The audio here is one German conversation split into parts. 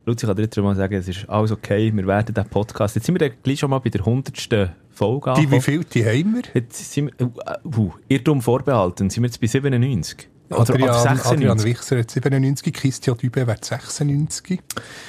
Luzi kann dir jetzt schon mal sagen, es ist alles okay, wir werden den Podcast, jetzt sind wir gleich schon mal bei der 100. Folge angekommen. Wie viel die haben wir? Jetzt sind wir, Irrtum vorbehalten, sind wir jetzt bei 97? Adrian Wichser hat 97, Christian Dübe wird 96.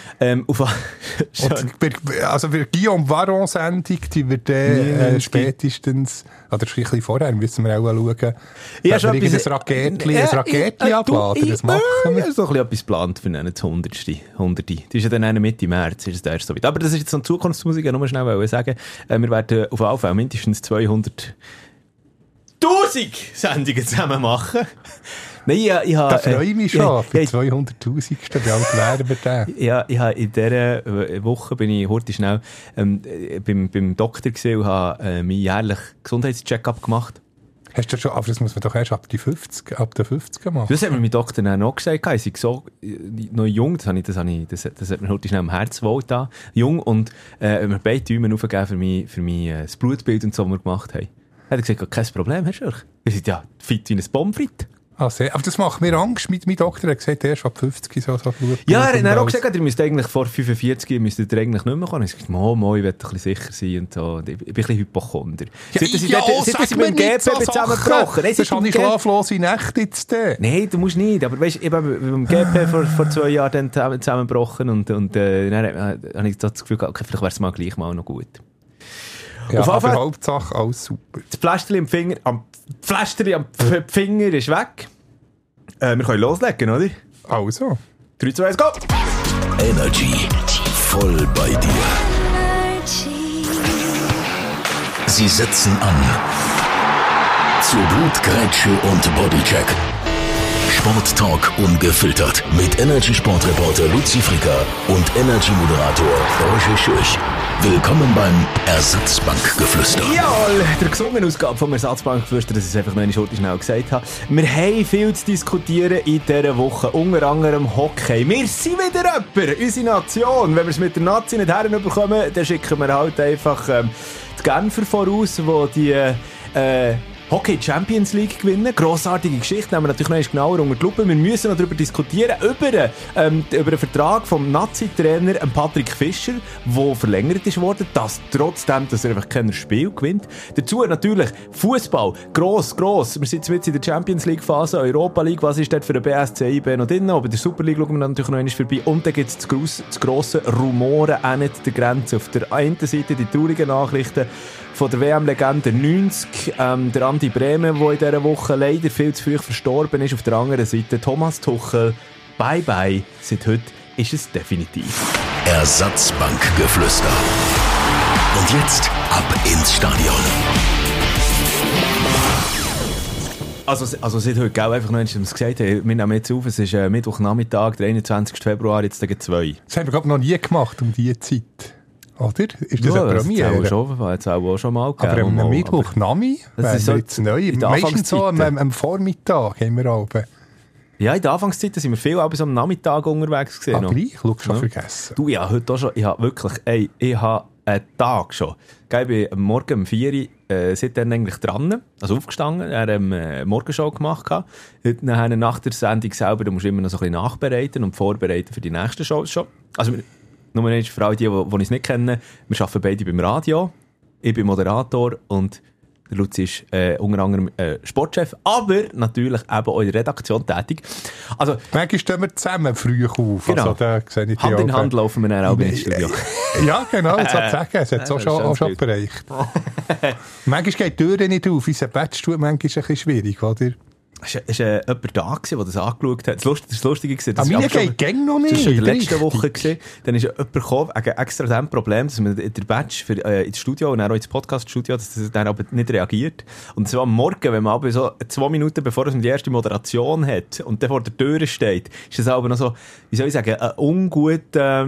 Also für Guillaume Varon-Sendung, die wird spätestens, oder ein bisschen vorher, müssen wir auch schauen, ja, schon ein Raketli abladen, das machen wir. Ich habe so etwas geplant für eine 100. Das ist ja dann Mitte März, ist der erste so weit. Aber das ist jetzt so eine Zukunftsmusik, ich nur schnell sagen, wir werden auf jeden Fall mindestens 200 1000 Sendungen zusammen machen. Nein, ich da freue ich mich schon, für 200'000. Wie alt wären wir denn? Ja, ich habe in dieser Woche bin ich heute schnell beim Doktor gesehen und habe meinen jährlichen Gesundheitscheck-up gemacht. Hast du schon, aber das muss man doch erst ab den 50 machen. Das hat mir mein Doktor dann noch gesagt, ich sei so noch jung, das hat mir heute schnell am Herz wohl da, jung, und mir beide Daumen aufgegeben für mein das Blutbild und so, was wir gemacht haben. Hat er gesagt, kein Problem, hast du? Wir sind ja fit wie ein Pommes frites. Aber das macht mir Angst. Mein Doktor hat gesagt, erst ab 50 so Blut. Ja, er hat auch gesagt, ihr müsst eigentlich vor 45 müsstet ihr eigentlich nicht mehr kommen. Ich habe gesagt, ich will ein bisschen sicher sein und so. Ich bin ein bisschen Hypochonder. Seit ich mit dem GP zusammengebrochen. Das habe ich schlaflose Nächte jetzt. Nein, du musst nicht. Aber weißt, ich bin mit dem GP vor 2 Jahren dann zusammengebrochen und dann habe ich das Gefühl gehabt, okay, vielleicht wäre es mal gleich mal noch gut. Ja, aber Hauptsache alles super. Das Pflasterli am Finger ist weg. Wir können loslegen, oder? Also. 3, 2, 1, go! Energy. Voll bei dir. Sie setzen an. Zur Blutgrätsche und Bodycheck. Sporttalk ungefiltert. Mit Energy-Sportreporter Luzi Fricker und Energy-Moderator Roger Schürch. Willkommen beim Ersatzbankgeflüster. Jawohl, der gesungene Ausgabe vom Ersatzbankgeflüster, das ist einfach noch eine Schuld, schnell gesagt habe. Wir haben viel zu diskutieren in dieser Woche, unter anderem Hockey. Wir sind wieder jemand, unsere Nation. Wenn wir es mit der Nazi nicht herbekommen, dann schicken wir halt einfach die Genfer voraus, wo die Hockey Champions League gewinnen. Grossartige Geschichte, nehmen wir natürlich noch genauer unter die Lupe. Wir müssen noch darüber diskutieren, über den Vertrag vom Nazi-Trainer Patrick Fischer, der verlängert ist worden, dass trotzdem, dass er einfach kein Spiel gewinnt. Dazu natürlich Fußball, gross. Wir sind jetzt in der Champions League Phase, Europa League, was ist dort für den BSC IB noch drin? Aber der Super League schauen wir natürlich noch einmal vorbei. Und dann gibt es das grosse Rumoren an der Grenze. Auf der einen Seite die traurigen Nachrichten von der WM-Legende 90, der Andi Bremen, der in dieser Woche leider viel zu früh verstorben ist. Auf der anderen Seite Thomas Tuchel. Bye bye, seit heute ist es definitiv. Ersatzbankgeflüster. Und jetzt ab ins Stadion. Also seit heute, einfach noch, wenn wir es gesagt haben, wir nehmen jetzt auf, es ist Mittwochnachmittag, der 21. Februar, jetzt gegen 2. Das haben wir, glaube ich, noch nie gemacht um diese Zeit. Oder? Ist das eine Premiere? Das hat auch schon mal gegeben. Aber am Mittwoch Nami wäre so jetzt neu. Meistens so am Vormittag haben wir oben. Ja, in der Anfangszeit sind wir viel bis am Nachmittag unterwegs gewesen. Aber ich habe schon vergessen. Du, ja, heute auch schon. Ich habe wirklich, ich habe einen Tag schon. Ich bin am Morgen um 4 Uhr seitdem eigentlich dran, also aufgestanden, eine Morgenshow gemacht. Heute nach der Sendung selber, da musst du immer noch so ein bisschen nachbereiten und vorbereiten für die nächsten Shows schon. Also, nur eins für alle die es nicht kennen, wir arbeiten beide beim Radio, ich bin Moderator und der Luzi ist unter anderem Sportchef, aber natürlich eben auch in der Redaktion tätig. Also, manchmal stehen wir zusammen früh auf. Genau. Also, da sehe ich Hand in Hand laufen wir dann auch ins Studio. Ja, genau, das wollte ich sagen. Es hat es auch schon bereicht. Manchmal geht die Tür nicht auf. Unser Badge tut manchmal ein bisschen schwierig, oder? Es war jemand da, der das angeschaut hat. Das Lustige war, das mir geht es noch nicht. Das war in der letzten Woche. Dann ist jemand gekommen, wegen extra dem Problem, dass man der Badge für ins Studio und auch ins Podcast-Studio, dass das dann aber nicht reagiert. Und zwar am Morgen, wenn man aber so 2 Minuten bevor man die erste Moderation hat und dann vor der Tür steht, ist das aber noch so, wie soll ich sagen, ein unguter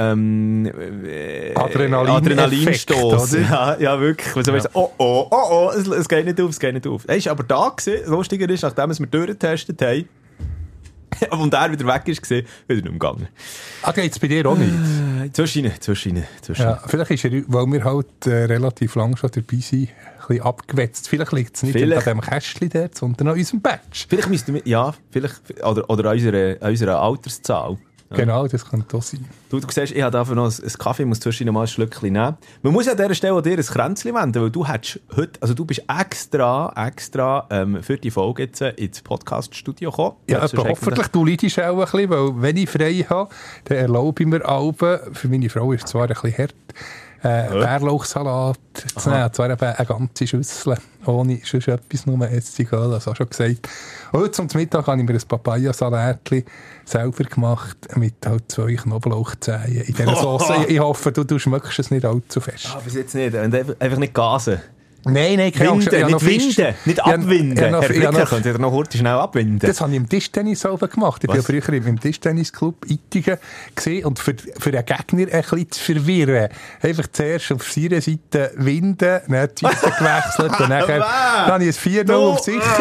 Adrenalinstoß. Ja, wirklich. Also, oh, es geht nicht auf. Er war aber da gewesen. Das Lustige ist, nachdem wir durchgetestet haben und er wieder weg ist, wieder nicht mehr gegangen. Okay, jetzt bei dir auch nicht? Zwischen. Ja, vielleicht ist er, weil wir halt relativ lang schon dabei sind, ein bisschen abgewetzt. Vielleicht liegt es nicht an dem Kästchen dort, sondern an unserem Badge. Vielleicht müssten wir, oder an unserer Alterszahl. Genau, das könnte auch sein. Du siehst, ich habe dafür noch einen Kaffee, muss zwischen mal ein Schlückchen nehmen. Man muss an dieser Stelle dir ein Kränzchen wenden, weil du hättest heute, also du bist extra für die Folge jetzt ins Podcast-Studio gekommen. Ja, aber hoffentlich, du leidest auch ein bisschen, weil wenn ich frei habe, dann erlaube ich mir Alben, für meine Frau ist es zwar ein bisschen hart, Bärlauchsalat zu nehmen, zwar eben eine ganze Schüssel, ohne sonst etwas, nur Essigal, das auch schon gesagt. Und heute zum Mittag habe ich mir ein Papayasalätchen selber gemacht, mit halt 2 Knoblauchzehen in dieser Sauce. Ich hoffe, du schmeckst es nicht allzu fest. Ah, bis jetzt nicht, einfach nicht gasen. Nein, nicht winden, nicht abwinden. Herr Fricker, könnt ihr noch kurz schnell abwinden? Das habe ich im Tischtennis selber gemacht. Ich war früher im Tischtennisclub Ittigen gesehen und für einen Gegner ein bisschen zu verwirren. Einfach zuerst auf seiner Seite winden, dann die Seite gewechselt und dann habe ich ein 4-0 auf sicher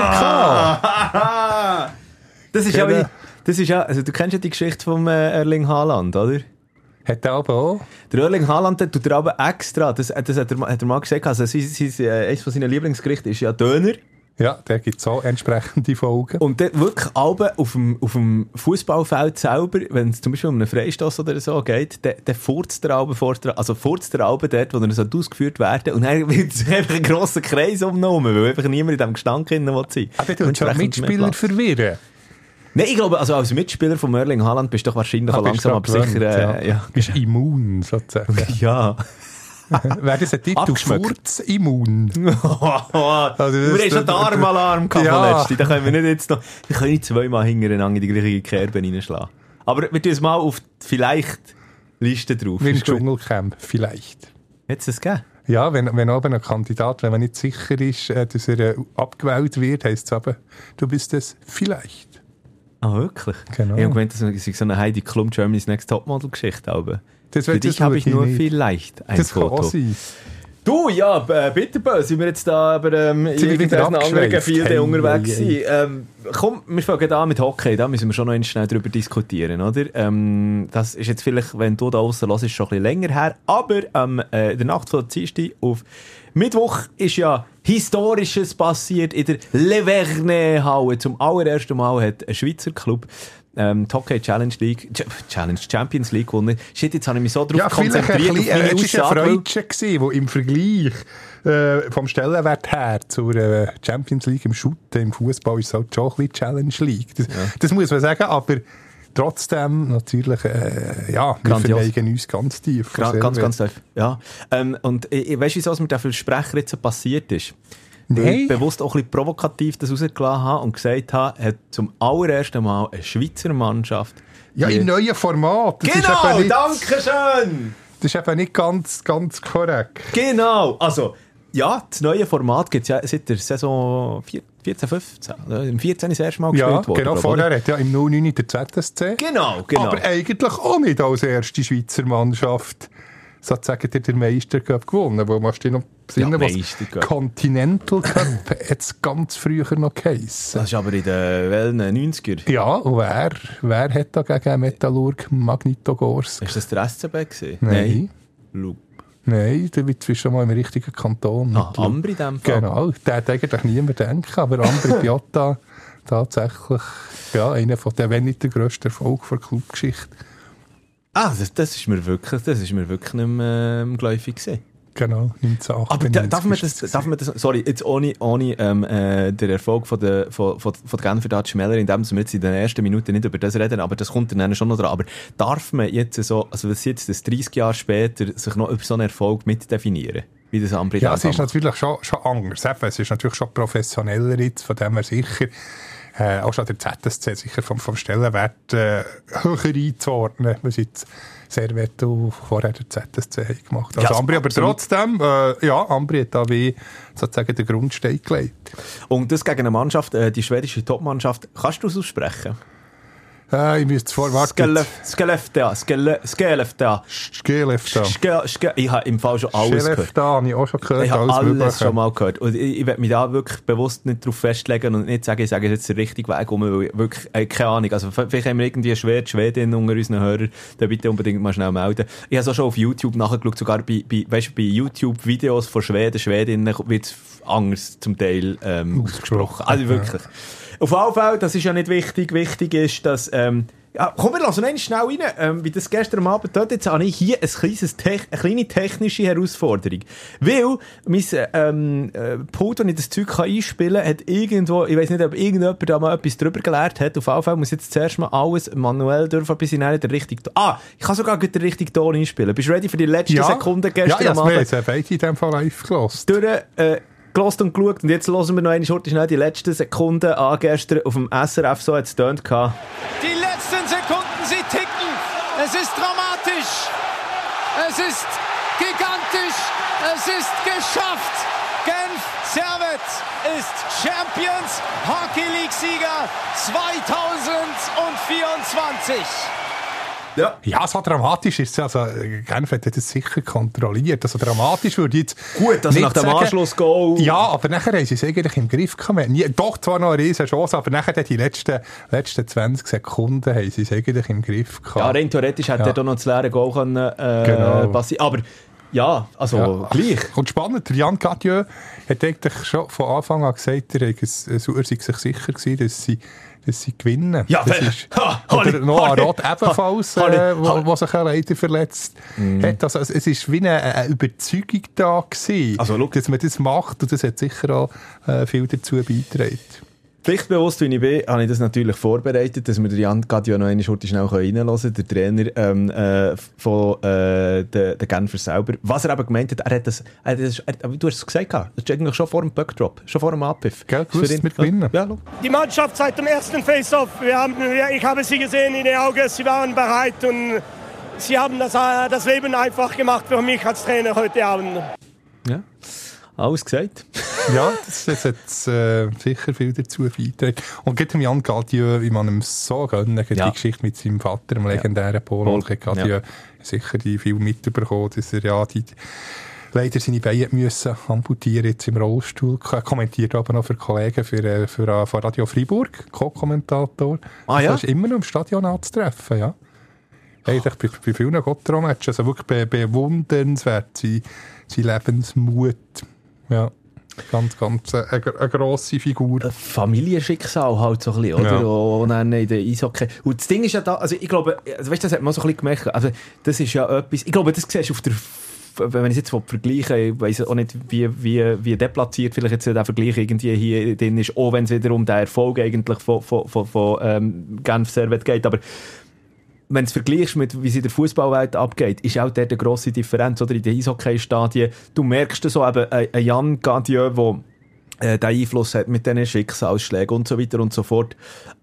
gehabt. Das ist ja, also du kennst ja die Geschichte vom Erling Haaland, oder? Hat er aber auch? Der Erling Haaland tut er aber extra, das hat er mal gesagt, also eines von seinen Lieblingsgerichten ist ja Döner. Ja, da gibt es auch entsprechende Folgen. Und dort wirklich auf dem Fußballfeld selber, wenn es zum Beispiel um einen Freistoss oder so geht, dann furzt der Albe dort, wo er ausgeführt werden und dann wird es einfach ein grosser Kreis umgenommen, weil einfach niemand in diesem Gestank sein will. Aber du willst Mitspieler verwirren. Nein, ich glaube, also als Mitspieler von Erling Haaland bist du doch wahrscheinlich langsam aber sicher... Du bist immun, sozusagen. Ja. Wäre das ein Titel? Furzimmun. Also, wir haben schon Darmalarm gehabt letzte. Da können wir nicht jetzt noch... Wir können nicht 2-mal hintereinander in die gleiche Kerbe reinschlagen. Aber wir tun es mal auf die Vielleicht-Liste drauf. Wie im Dschungelcamp, vielleicht. Hat es das gegeben? Ja, wenn oben ein Kandidat, wenn man nicht sicher ist, dass er abgewählt wird, heisst es aber, du bist es vielleicht. Ah, wirklich? Genau. Ich habe gemeint, das ist so eine Heidi Klum Germany's Next Topmodel-Geschichte. Für dich habe ich nur vielleicht ein Foto. Das kann sein. Du, ja, bitte böse, sind wir jetzt da aber in irgendeinem anderen Gefilde unterwegs sind. Komm, wir fangen an mit Hockey, da müssen wir schon noch schnell drüber diskutieren, oder? Das ist jetzt vielleicht, wenn du da draussen hörst, schon ein bisschen länger her, aber in der Nacht von Dienstag auf Mittwoch ist ja Historisches passiert in der Leverne-Halle. Zum allerersten Mal hat ein Schweizer Club die Hockey Champions League gewonnen. Shit, jetzt habe ich mich so darauf konzentriert. Es war ein Freudchen, der im Vergleich vom Stellenwert her zur Champions League im Shooten, im Fußball ist es halt schon ein bisschen Challenge League. Das muss man sagen, aber trotzdem natürlich, wir verweigen uns ganz tief. Ganz tief, ja. Und weißt du, wieso mir der für Sprecher jetzt passiert ist? Weil ich bewusst auch ein bisschen provokativ das rausgelassen habe und gesagt habe, hat zum allerersten Mal eine Schweizer Mannschaft... Ja, im neuen Format. Das genau, danke schön! Das ist eben nicht ganz korrekt. Genau, also, ja, das neue Format gibt es ja seit der Saison 14, 15. Im 14 ist das erste Mal gespielt worden. Genau, vorher hat ja im 09 der ZSC. Genau. Aber eigentlich auch nicht als erste Schweizer Mannschaft sozusagen der Meistercup gewonnen, wo man steht noch besinnen, was Continental Cup jetzt ganz früher noch geheissen. Das ist aber in den Wellen 90er. Ja, und wer hat da gegen Metallurg Magnitogorsk? Ist das der SCB gewesen? Nein. Nein, du bist schon mal im richtigen Kanton. Ambri in dem Fall. Genau, der hat eigentlich niemand denken, aber Ambri Piotta tatsächlich einer von der, wenn nicht der grösste Erfolg der Clubgeschichte. Das ist mir wirklich nicht mehr geläufig gewesen. Genau, 1998. Aber darf man das, sorry, jetzt ohne den Erfolg von der Genfer da schmäler, indem wir jetzt in den ersten Minuten nicht über das reden, aber das kommt dann schon noch dran. Aber darf man jetzt so, also was jetzt das 30 Jahre später, sich noch über so einen Erfolg mitdefinieren? Wie das Ambri ja, es ist natürlich schon anders. Es ist natürlich schon professioneller jetzt, von dem her sicher. Auch schon der ZSC sicher vom Stellenwert höher einzuordnen, was jetzt Servetto vorher der ZSC gemacht hat. Also Ambri, aber trotzdem, Ambri hat da wie sozusagen den Grundstein gelegt. Und das gegen eine Mannschaft, die schwedische Topmannschaft, kannst du es aussprechen? Ich müsste vorwarten. Skellefteå. Ich habe im Fall schon alles gehört. Habe ich auch schon gehört. Ich habe alles schon mal gehört. Und ich werde mich da wirklich bewusst nicht darauf festlegen und nicht sagen, ich sage jetzt den richtigen Weg um, weil ich wirklich, keine Ahnung. Also vielleicht haben wir irgendwie eine Schwedin unter unseren Hörern, dann bitte unbedingt mal schnell melden. Ich habe es auch schon auf YouTube nachgeschaut, sogar bei YouTube-Videos von Schwedinnen wird es anders zum Teil ausgesprochen. Also wirklich. Auf jeden Fall, das ist ja nicht wichtig. Wichtig ist, dass Ja, komm, wir lassen uns schnell rein, wie das gestern Abend dort. Jetzt habe ich hier eine kleine technische Herausforderung. Weil mein Pult, wenn ich das Zeug einspielen kann, hat irgendwo, ich weiss nicht, ob irgendjemand da mal etwas drüber gelernt hat. Auf jeden Fall muss ich jetzt zuerst mal alles manuell dürfen, bis ich nicht den richtigen Ton... ich kann sogar den richtigen Ton einspielen. Bist du ready für die letzten Sekunden gestern Abend? Ja, wir haben beide in dem Fall live gehört. Gelost und geschaut. Und jetzt hören wir noch eine schnell die letzten Sekunden an. Gestern auf dem SRF, so hat es getönt. Die letzten Sekunden, sie ticken. Es ist dramatisch. Es ist gigantisch. Es ist geschafft. Genf Servet ist Champions Hockey League Sieger 2024. Ja, so dramatisch ist es. Also, Genf hat das sicher kontrolliert. Also, dramatisch würde ich jetzt. Gut, also nach dem Anschluss-Goal. Ja, aber nachher haben sie es eigentlich im Griff gehabt. Doch, zwar noch eine riesen Chance, aber nachher die letzten 20 Sekunden haben sie es eigentlich im Griff gehabt. Ja, rein theoretisch hätte er da noch das leere Goal können, passieren. Aber ja, also gleich. Und spannend, der Jan Cadieux hat eigentlich schon von Anfang an gesagt, er sei sich sicher gewesen, dass sie gewinnen. Ja, das ist, oder Noah Roth ebenfalls, der sich leider verletzt hat. Also, es war wie eine Überzeugung da gewesen, dass man das macht, und das hat sicher auch viel dazu beigetragen. Pflichtbewusst, wie ich bin, habe ich das natürlich vorbereitet, dass wir den Jan Cadieux noch einmal schnell reinhören können, der Trainer von den Genfer selber. Was er eben gemeint hat, du hast es gesagt, das ist eigentlich schon vor dem Puckdrop, schon vor dem Abpfiff. Gell, gewusst, mit gewinnen. Ja, die Mannschaft seit dem ersten Face-Off, ich habe sie gesehen in den Augen, sie waren bereit und sie haben das Leben einfach gemacht für mich als Trainer heute Abend. Ja. Alles gesagt. Ja, das hat sicher viel dazu beigetragen. Und gerade Jan Cadieux, wie man ihm so gönnen, die Geschichte mit seinem Vater, dem legendären Paul Cadieux, sicher die viel mitbekommen, dass er leider seine Beine müssen amputieren, jetzt im Rollstuhl. Kommentiert aber noch für Kollegen für Radio Freiburg, Co-Kommentator. Das ist immer noch im Stadion anzutreffen, ja. Eigentlich bei vielen Gotteron-Matchen, also wirklich bewundernswert, sein Lebensmut. Ja, ganz eine grosse Figur. Ein Familienschicksal halt so ein bisschen, oder? Ja. Und dann in der Eishockey. Und das Ding ist ja da, also ich glaube, weißt, das hat man so ein bisschen gemerkt, also das ist ja etwas, ich glaube, das siehst du auf der, wenn ich es jetzt vergleiche, ich weiss auch nicht, wie deplatziert vielleicht jetzt der Vergleich irgendwie hier drin ist, auch wenn es wieder um den Erfolg eigentlich von Genf Servet geht, aber wenn du es vergleichst mit, wie es in der Fußballwelt abgeht, ist auch der grosse Differenz, oder? In den Eishockey-Stadien. Du merkst so eben, ein Jan Cadieux, der den Einfluss hat mit diesen Schicksalsschlägen und so weiter und so fort,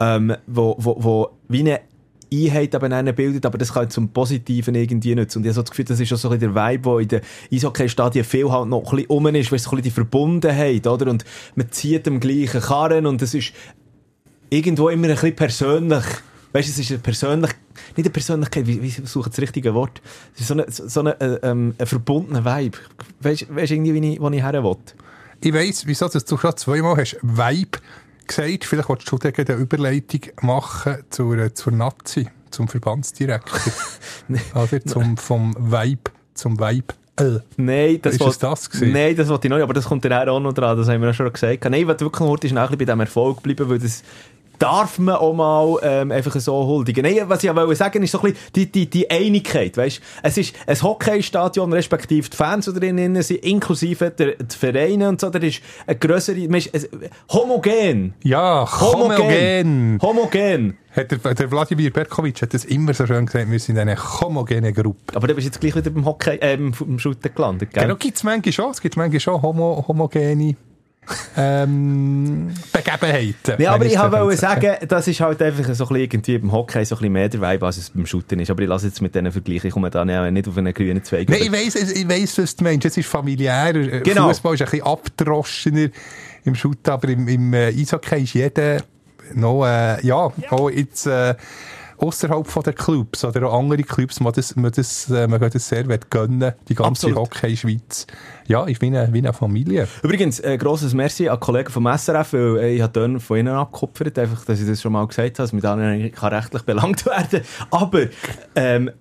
wo wie eine Einheit eben bildet, aber das kann zum Positiven irgendwie nutzen. Und ich habe so das Gefühl, das ist auch so ein bisschen der Vibe, der in den Eishockey-Stadien viel halt noch ein bisschen rum ist, weil es so ein bisschen die Verbundenheit, oder? Und man zieht am gleichen Karren und es ist irgendwo immer ein bisschen persönlich. Weißt du, es ist nicht eine Persönlichkeit, wie suche ich das richtige Wort? Es ist so eine verbundene Vibe. Weißt du irgendwie, wo ich her will? Ich weiss, wieso du schon zweimal hast Vibe gesagt. Vielleicht wolltest du dir eine Überleitung machen zur Nazi, zum Verbandsdirektor. Oder vom Vibe zum Vibe. Nein, das wollte ich noch nicht, aber das kommt dann auch noch dran, das haben wir ja schon gesagt. Nein, ich will wirklich noch schnell bei diesem Erfolg bleiben, weil das darf man auch mal einfach so huldigen. Nein, was ich wollte sagen, ist so ein bisschen die Einigkeit, weißt? Es ist ein Hockeystadion, respektive die Fans, die drinnen sind, inklusive die Vereine und so, da ist eine grössere, homogen. Ja, homogen. Hat der Vladimir Berkovic hat das immer so schön gesagt, wir sind eine homogene Gruppe. Aber du bist jetzt gleich wieder beim Hockey, im Shooten gelandet, gell? Genau, es gibt manchmal schon homogene Begebenheiten. Ja, aber ich wollte sagen, das ist halt einfach so ein bisschen irgendwie beim Hockey so ein bisschen mehr der Vibe, als es beim Shooten ist. Aber ich lasse jetzt mit denen vergleichen, ich komme da nicht auf einen grünen Zweig. Nein, ich weiss, was du meinst. Es ist familiärer. Genau. Fußball ist ein bisschen abgedroschener im Shooten, aber im Eishockey ist jeder noch, auch jetzt außerhalb von den Clubs oder auch andere Clubs, man geht das sehr gönnen, die ganze Hockey-Schweiz. Ja, ist wie eine Familie. Übrigens, grosses Merci an Kollegen vom SRF, weil ich habe dann von ihnen abgekupfert, einfach, dass ich das schon mal gesagt habe, dass mir da rechtlich belangt werden. Aber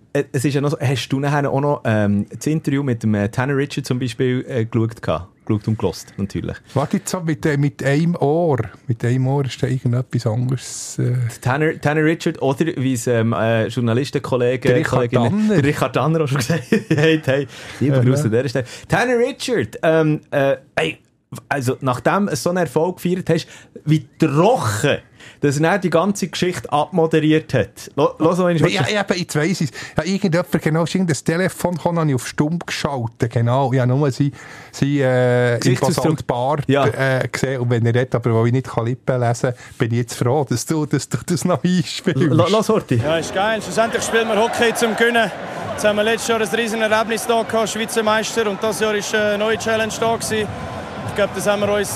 es ist ja noch so, hast du nachher auch noch das Interview mit dem Tanner Richard zum Beispiel geschaut und gelost, natürlich. Warte jetzt so, mit einem Ohr. Mit einem Ohr ist da irgendetwas anderes. Tanner Richard oder wie es Journalistenkollege Der Richard Danner auch schon gesagt hat. Hey, lieber Gruß an dieser Stelle. Tanner Richard, also nachdem du so einen Erfolg gefeiert hast, wie trocken, dass er dann die ganze Geschichte abmoderiert hat. Jetzt weiss ich es. Ja, irgendjemand, genau, ist irgendein Telefon habe ich auf Stumm geschaltet. Genau, ich habe nur sein imposant Bart gesehen. Und wenn er redet, aber wo ich nicht Lippen lesen kann, bin ich jetzt froh, dass du das noch einspielst. Lass Horti. Ja, ist geil. Schlussendlich spielen wir Hockey zum Gewinnen. Jetzt haben wir letztes Jahr ein riesen Erlebnis da gehabt, Schweizer Meister. Und dieses Jahr war eine neue Challenge da gewesen. Ich glaube, das haben wir uns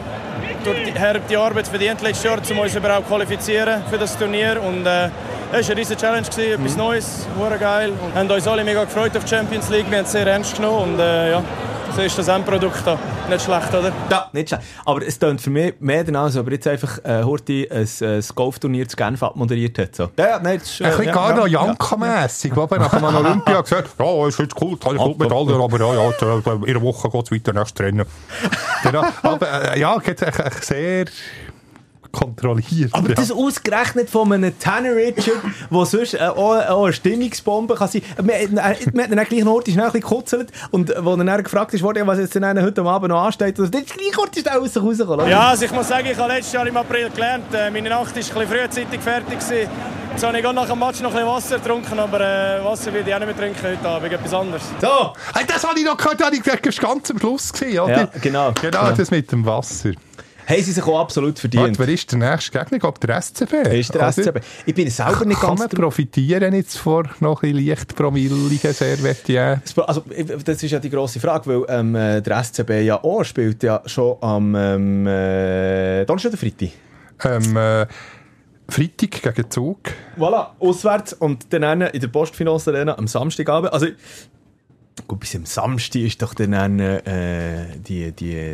durch die Arbeit verdient letztes Jahr, um uns überhaupt qualifizieren für das Turnier. Und es war eine riesige Challenge, etwas Neues, sehr geil. Und haben uns alle mega gefreut auf die Champions League. Wir haben es sehr ernst genommen und so ist das Endprodukt da. Nicht schlecht, oder? Ja, nicht schlecht. Aber es klingt für mich mehr danach, als ob er jetzt einfach Horti ein Golfturnier zu Genf abmoderiert hat. So. Ja, nein, das ist, ein bisschen gar noch Janka-mässig. Nach dem Olympia gesagt, ja, ist jetzt cool, ich gut mit allen, aber in einer Woche geht es weiter nächstes Rennen. Genau. Aber geht es sehr kontrolliert. Aber das ausgerechnet von einem Tanner Richard, der sonst auch eine Stimmungsbombe kann sein. Man hat dann gleich noch schnell ein bisschen gekutzelt und wo dann gefragt ist, was jetzt dann heute Abend noch ansteht, das ist gleich kurz rausgekommen. Ja, also ich muss sagen, ich habe letztes Jahr im April gelernt, meine Nacht war ein bisschen frühzeitig fertig gewesen. Jetzt habe ich gerade nach dem Match noch ein bisschen Wasser getrunken, aber Wasser will ich auch nicht mehr trinken heute Abend, etwas anderes. So! Hey, das habe ich noch gehört, das war ganz am Schluss gewesen, oder? Ja, genau. Genau, das mit dem Wasser. Haben sie sich auch absolut verdient. Wer ist der nächste Gegner? Ob der SCB? Ist der SCB. Ich bin selber nicht kann ganz... man profitieren jetzt vor noch ein bisschen leicht promilligen Servetien? Also, das ist ja die grosse Frage, weil der SCB ja auch spielt ja schon am Donnerstag oder Freitag? Freitag gegen Zug. Voilà, auswärts und dann in der Postfinance Arena am Samstagabend. Also, gut, bis am Samstag ist doch dann die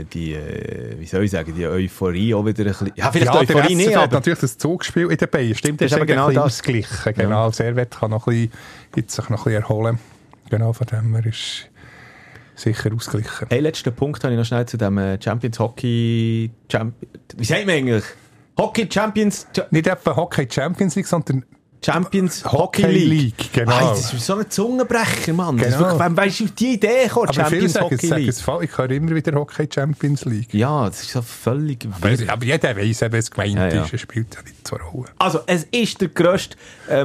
wie soll ich sagen, die Euphorie auch wieder ein bisschen... Ja, vielleicht die Euphorie nicht, aber... natürlich das Zugspiel in den Beinen. Stimmt, das ist aber genau das. Ausgleichen. Genau, Servet kann noch ein bisschen, sich noch ein bisschen erholen. Genau, von dem her ist sicher ausgeglichen. Hey, letzten Punkt habe ich noch schnell zu dem Champions Hockey... Wie sagt man eigentlich? Hockey Champions... Nicht etwa Hockey Champions League, sondern... Champions Hockey League. Genau. Das ist so ein Zungenbrecher, Mann. Genau. Wann weißt du auf die Idee gekommen, aber Champions Hockey League? Ich höre immer wieder Hockey Champions League. Ja, das ist so völlig... Aber jeder weiss, wie es gemeint ist. Es spielt ja nicht so eine Rolle. Also, es ist der grösste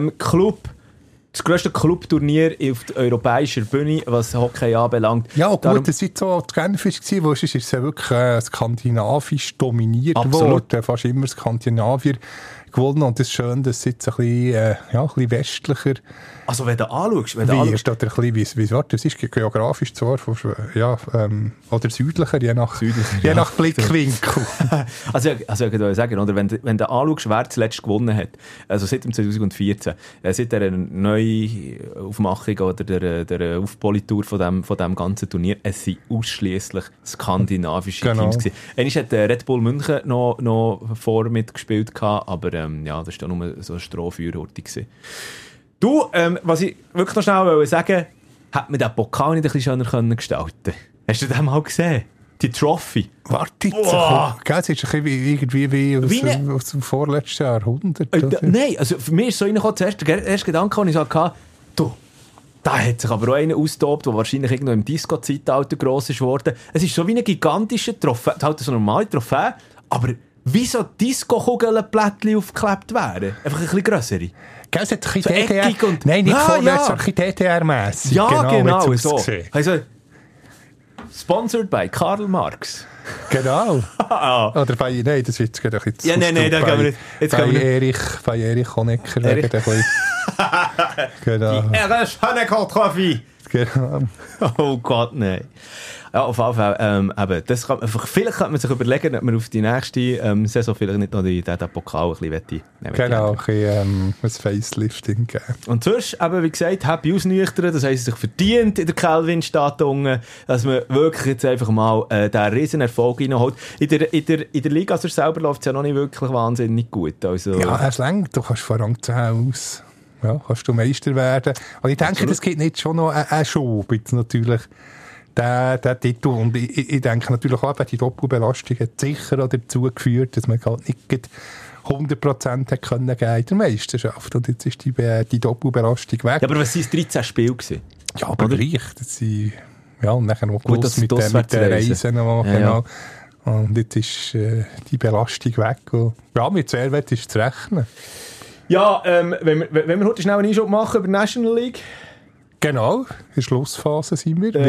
das grösste Clubturnier auf der europäischen Bühne, was Hockey anbelangt. Ja, gut, das war so die Genf, wo es ist ja wirklich skandinavisch dominiert worden. Fast immer Skandinavier gewonnen. Und das ist schön, dass es jetzt ein bisschen westlicher... Also wenn du anschaust... Das ist geografisch zwar, oder südlicher, je nach Blickwinkel. also ich würde sagen, oder, wenn du anschaust, wer zuletzt gewonnen hat, also seit 2014, seit der Neuaufmachung oder der Aufpolitur von dem ganzen Turnier, es sind ausschliesslich skandinavische Teams gewesen. Einmal hat Red Bull München noch vor mitgespielt, aber das war ja nur so eine Strohfeuerhorte gewesen. Du, was ich wirklich noch schnell sagen wollte, hätte man den Pokal nicht ein bisschen schöner gestalten können? Hast du den mal gesehen? Die Trophy. Warte jetzt. Es ist ein bisschen wie aus dem vorletzten Jahrhundert. Nein, also für mich ist so reingekommen, der erste Gedanke, den ich hatte, da hat sich aber auch einer ausgetobt, der wahrscheinlich irgendwo im Disco-Zeitalter gross ist worden. Es ist so wie ein gigantischer Trophäe, halt so eine normale Trophäe, aber wie so Disco-Kugeln-Plättchen aufgeklebt wären. Einfach ein bisschen grössere. Gell, es hat ein bisschen so DDR... Nein, nicht vorwärts, ein bisschen DDR-mässig. Ja, genau so. Also, sponsored by Karl Marx. Genau. Oder bei... Nein, das wird jetzt ein bisschen... Ja, nein, da gehen wir nicht. Bei Erich Honecker. Genau. Die Erich Honecker-Trophy. Genau. Oh Gott, nein. Ja, auf jeden Fall, das kann, vielleicht könnte man sich überlegen, ob man auf die nächste Saison vielleicht nicht noch den Pokal ein bisschen nehmen. Genau, ein Facelifting geben. Und sonst, wie gesagt, happy ausnüchtern, das heisst, sich verdient in der Kelvin-Stadt unten, dass man wirklich jetzt einfach mal diesen riesen Erfolg reinholt. In der Liga selber läuft es ja noch nicht wirklich wahnsinnig gut. Also, ja, es längt, du kannst vor allem 10 aus. kannst du Meister werden. Aber ich denke, das gibt nicht schon noch einen Schub, jetzt natürlich, der Titel. Und ich denke natürlich auch, die Doppelbelastung hat sicher dazu geführt, dass man halt nicht 100% hat können geben in der Meisterschaft. Und jetzt ist die Doppelbelastung weg. Ja, aber was waren es 13 Spiele gewesen? Ja, aber gleich. Das sind, und nachher noch gut, plus mit den Reisen noch, ja, genau. Ja. Und jetzt ist die Belastung weg. Und, mit Servet ist zu rechnen. Ja, wenn wir heute schnell einen Einschub machen über die National League. Genau, in der Schlussphase sind wir.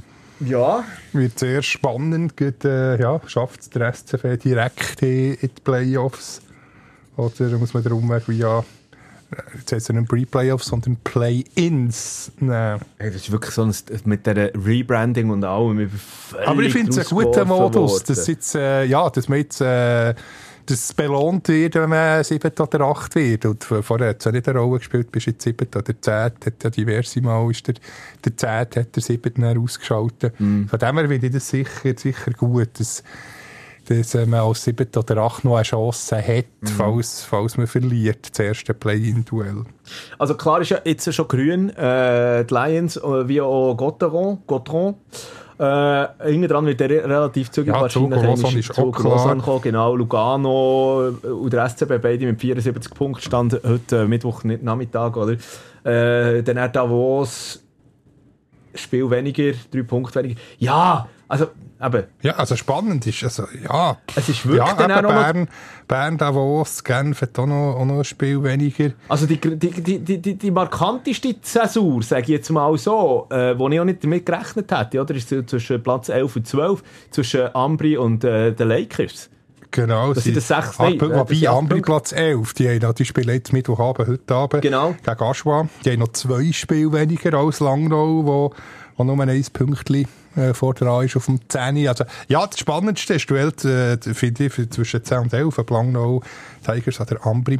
Wird sehr spannend. Schafft der SCB direkt in die Playoffs? Oder muss man darum via, jetzt heißt es nicht Pre-Playoffs, sondern Play-Ins nehmen? Hey, das ist wirklich so mit dieser Rebranding und allem. Aber ich finde es einen guten Modus, dass jetzt, dass man jetzt das belohnt wird, wenn man 7 oder 8 wird. Und vorher hat es ja nicht eine Rolle gespielt, bist jetzt 7 oder 10, hat ja diverse Mal ist der 10 hat der 7 ausgeschaltet. Von dem her finde ich das sicher gut, dass man als 7 oder 8 noch eine Chance hat, falls man verliert, das erste Play-in-Duell. Also klar ist ja jetzt schon grün, die Lions wie auch Gautron. Hinten dran wird der relativ zügig wahrscheinlich Lausanne ist auch klar. Kommen, genau, Lugano und der SCB beide mit 74 Punkten stand heute Mittwoch Nachmittag, oder? Dann hat Davos Spiel weniger, 3 Punkte weniger. Ja, also eben. Ja, also spannend ist, also ja. Es ist wirklich dann auch Bern, Davos, Genf hat auch noch ein Spiel weniger. Also die markanteste Zäsur, sage ich jetzt mal so, wo ich auch nicht damit gerechnet hätte, oder, ist zwischen Platz 11 und 12, zwischen Ambri und den Lakers. Genau. Das sind das 6 wie Ambri Platz 11. Die spielen jetzt Mittwochabend, heute Abend gegen Aschua. Die haben noch 2 Spiele weniger als Langnau, wo nur ein Pünktchen vor dran ist auf dem 10. Also, ja, das spannendste Duell, finde ich, zwischen 10 und 11, Langnau, Tigers oder Ambri,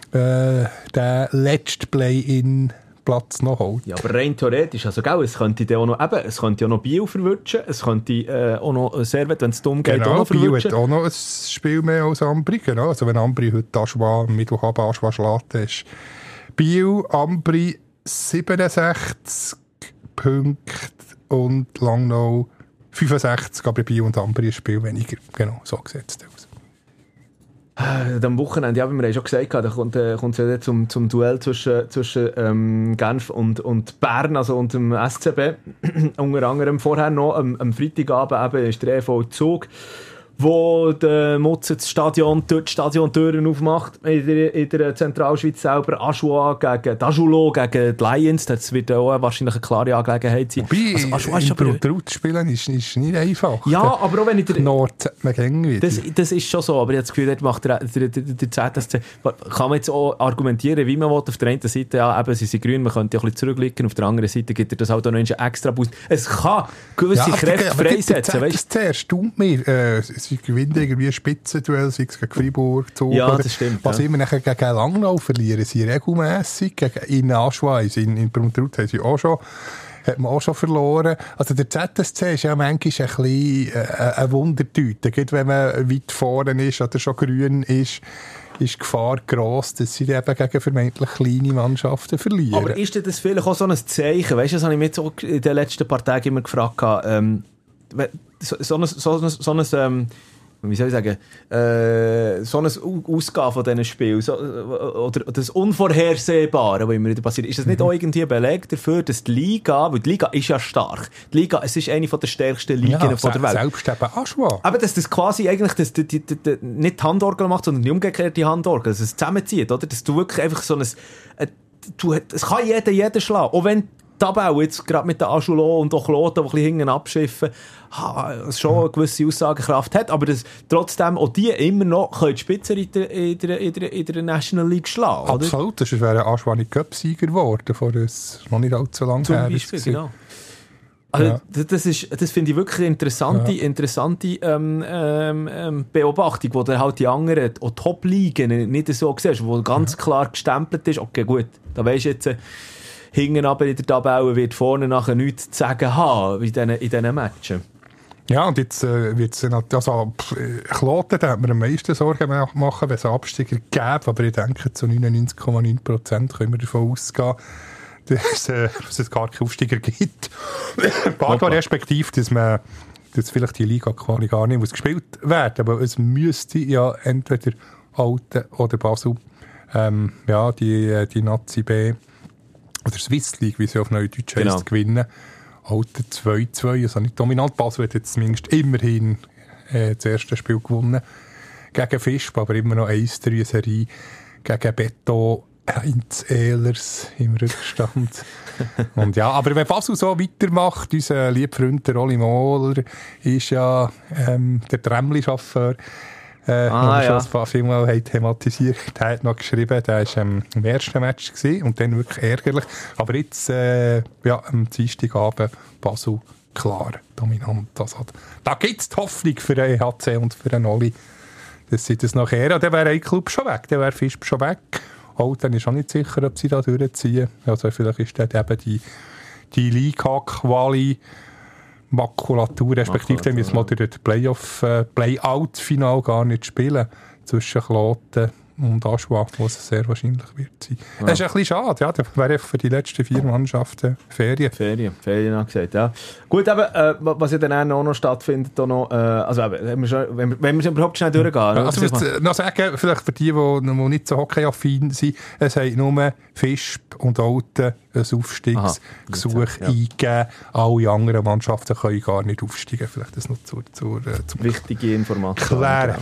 der letzte Play-in Platz noch holt. Ja, aber rein theoretisch, also gell, es könnte auch noch Biel verwutschen, es könnte auch noch Servet, wenn es dumm geht, auch noch verwutschen. Biel hat auch noch ein Spiel mehr als Ambri, genau. Also wenn Ambri heute Aschwa, am Mittwochabend Aschwa schlägt, ist Biel, Ambri 67 Punkte und Langnau 65, aber Biel und Ambri ein Spiel weniger. Genau, so sieht es aus. Am Wochenende, ja, wie wir schon gesagt haben, da kommt es ja zum Duell zwischen Genf und Bern, also und dem SCB. Unter anderem vorher noch am Freitagabend eben ist der EV Zug, wo der Mutze die Stadiontüren aufmacht in der Zentralschweiz selber. Aschua gegen Dajulo gegen die Lions, das wird auch wahrscheinlich eine klare Angelegenheit sein. Wobei, also, in Brut spielen ist nicht einfach. Ja, aber auch wenn ich das ist schon so, aber ich habe das Gefühl, dort macht der ZSC, kann man jetzt auch argumentieren, wie man will. Auf der einen Seite, ja, eben, sie sind grün, man könnte ja ein bisschen zurückliegen, auf der anderen Seite gibt das halt auch noch einen extra Boost. Es kann gewisse Kräfte freisetzen. Das erstaunt mich. Sie gewinnen irgendwie Spitzenduell, sei es gegen Freiburg, Zug. Ja, das stimmt. Was immer nachher gegen Langnau verlieren, sie regelmässig. In Aschweiz, in Bruntrut haben sie auch schon, hat man auch schon verloren. Also der ZSC ist ja manchmal ein bisschen eine Wundertüte. Gerade wenn man weit vorne ist oder schon grün ist die Gefahr gross, dass sie eben gegen vermeintlich kleine Mannschaften verlieren. Aber ist das vielleicht auch so ein Zeichen? Weißt du, das habe ich mich jetzt auch in den letzten paar Tagen immer gefragt. Wie soll ich sagen, so eine Ausgabe von diesen Spielen, oder das Unvorhersehbare, was immer wieder passiert, ist das nicht auch irgendwie ein Beleg dafür, dass die Liga, weil die Liga ist ja stark, die Liga, es ist eine der stärksten Ligen von der Welt. Selbst eben Aschwa. Aber dass das quasi eigentlich nicht die Handorgel macht, sondern die umgekehrte Handorgel, dass es zusammenzieht, oder? Dass du wirklich einfach so es kann jeder schlagen, auch wenn Tabelle jetzt gerade mit den Ajulo und auch Kloten, die ein bisschen hinten abschiffen, schon eine gewisse Aussagekraft hat, aber dass trotzdem auch die immer noch die Spitze in der National League schlagen. Absolut, das wäre ein Aschwani Cup-Sieger geworden, vor noch nicht allzu lange her. Zum Beispiel, genau. Also, das finde ich wirklich eine interessante Beobachtung, wo dann halt die anderen auch Top-Ligen nicht so siehst, wo ganz klar gestempelt ist, okay, gut, da weisst du jetzt, hinten aber in der Tabelle wird vorne nachher nichts zu sagen haben in diesen Matchen. Ja, und jetzt wird es also Kloten, da hat man am meisten Sorgen machen, wenn es Absteiger gäbe, aber ich denke, zu 99,9% können wir davon ausgehen, dass es gar keine Aufsteiger gibt. Pardon, respektive, dass vielleicht die Liga-Quali gar nicht muss gespielt werden, aber es müsste ja entweder Alten oder Basel die Nazi B oder Swiss League, wie sie auf Neudeutsch heisst, gewinnen. Alten 2-2, also nicht dominant. Basel hat jetzt zumindest immerhin das erste Spiel gewonnen gegen Fischb, aber immer noch 1-3 Serie gegen Beto Heinz Ehlers im Rückstand. Und ja, aber wenn Basel so weitermacht, unser lieber Freund der Oli Mohler ist ja der Trämmli-Chauffeur, schon ein paar Mal thematisiert. Der hat noch geschrieben, der war im ersten Match gewesen und dann wirklich ärgerlich. Aber jetzt, am Dienstagabend Basel klar dominant. Also, da gibt es die Hoffnung für den EHC und für den Oli, dass sie das nachher, dann wäre ein Club schon weg, dann wäre Fischb schon weg. Dann ist auch nicht sicher, ob sie da durchziehen. Also vielleicht ist dann eben die Liga-Quali Makulatur, respektive dann müssen wir durch das Play-Out-Final gar nicht spielen zwischen Kloten und Aschua, wo es sehr wahrscheinlich wird sein. Ja. Das ist ein bisschen schade, ja, das wäre für die letzten 4 Mannschaften Ferien. Ferien gesagt, ja. Gut, aber was ja dann auch noch stattfindet, auch noch, wenn wir überhaupt schnell durchgehen. Also ich muss noch sagen, vielleicht für die nicht so hockeyaffin sind, es haben nur Fischb und Alten ein Aufstiegsgesuch eingegeben. Alle anderen Mannschaften können gar nicht aufsteigen. Vielleicht das noch zum wichtige Information. Klären.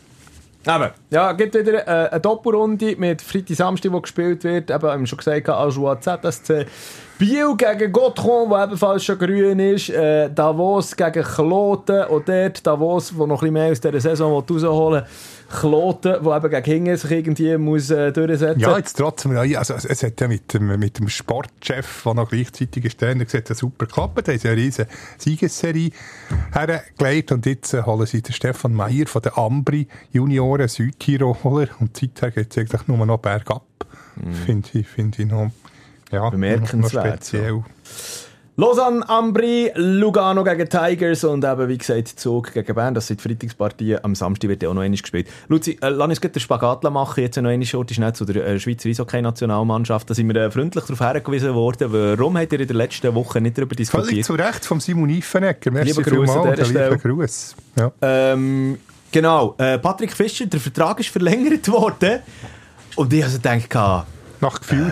Aber, ja, gibt wieder eine Doppelrunde mit Freitag, Samstag, die gespielt wird. Eben, haben wir schon gesagt, Ajoie ZSC Biel gegen Gotron, der ebenfalls schon grün ist. Davos gegen Kloten. Und dort Davos, der noch ein bisschen mehr aus dieser Saison rausholen will. Kloten, der eben gegen Hingen sich irgendwie muss durchsetzen. Ja, jetzt trotzdem, also es hat ja mit dem Sportchef, der noch gleichzeitig ist, der hat super geklappt. Da haben sie eine riesige Siegesserie hergelegt und jetzt holen sie den Stefan Meier von den Ambri Junioren Südtiroler und seither geht es eigentlich nur noch bergab. Finde ich noch, bemerkenswert. Noch speziell. Lausanne, Ambri, Lugano gegen Tigers und eben, wie gesagt, Zug gegen Bern. Das sind die Freitagspartien. Am Samstag wird ja auch noch einmal gespielt. Luzi, lass uns den Spagat machen. Jetzt noch eine Schurte schnell zu der Schweizer Eishockey-Nationalmannschaft. Da sind wir freundlich darauf hingewiesen worden. Warum habt ihr in der letzten Woche nicht darüber diskutiert? Völlig zu Recht vom Simon Iffenegger. Merci vielmals. Lieber Gruß. Ja. Genau. Patrick Fischer, der Vertrag ist verlängert worden. Und ich also gedacht, nach gefühlt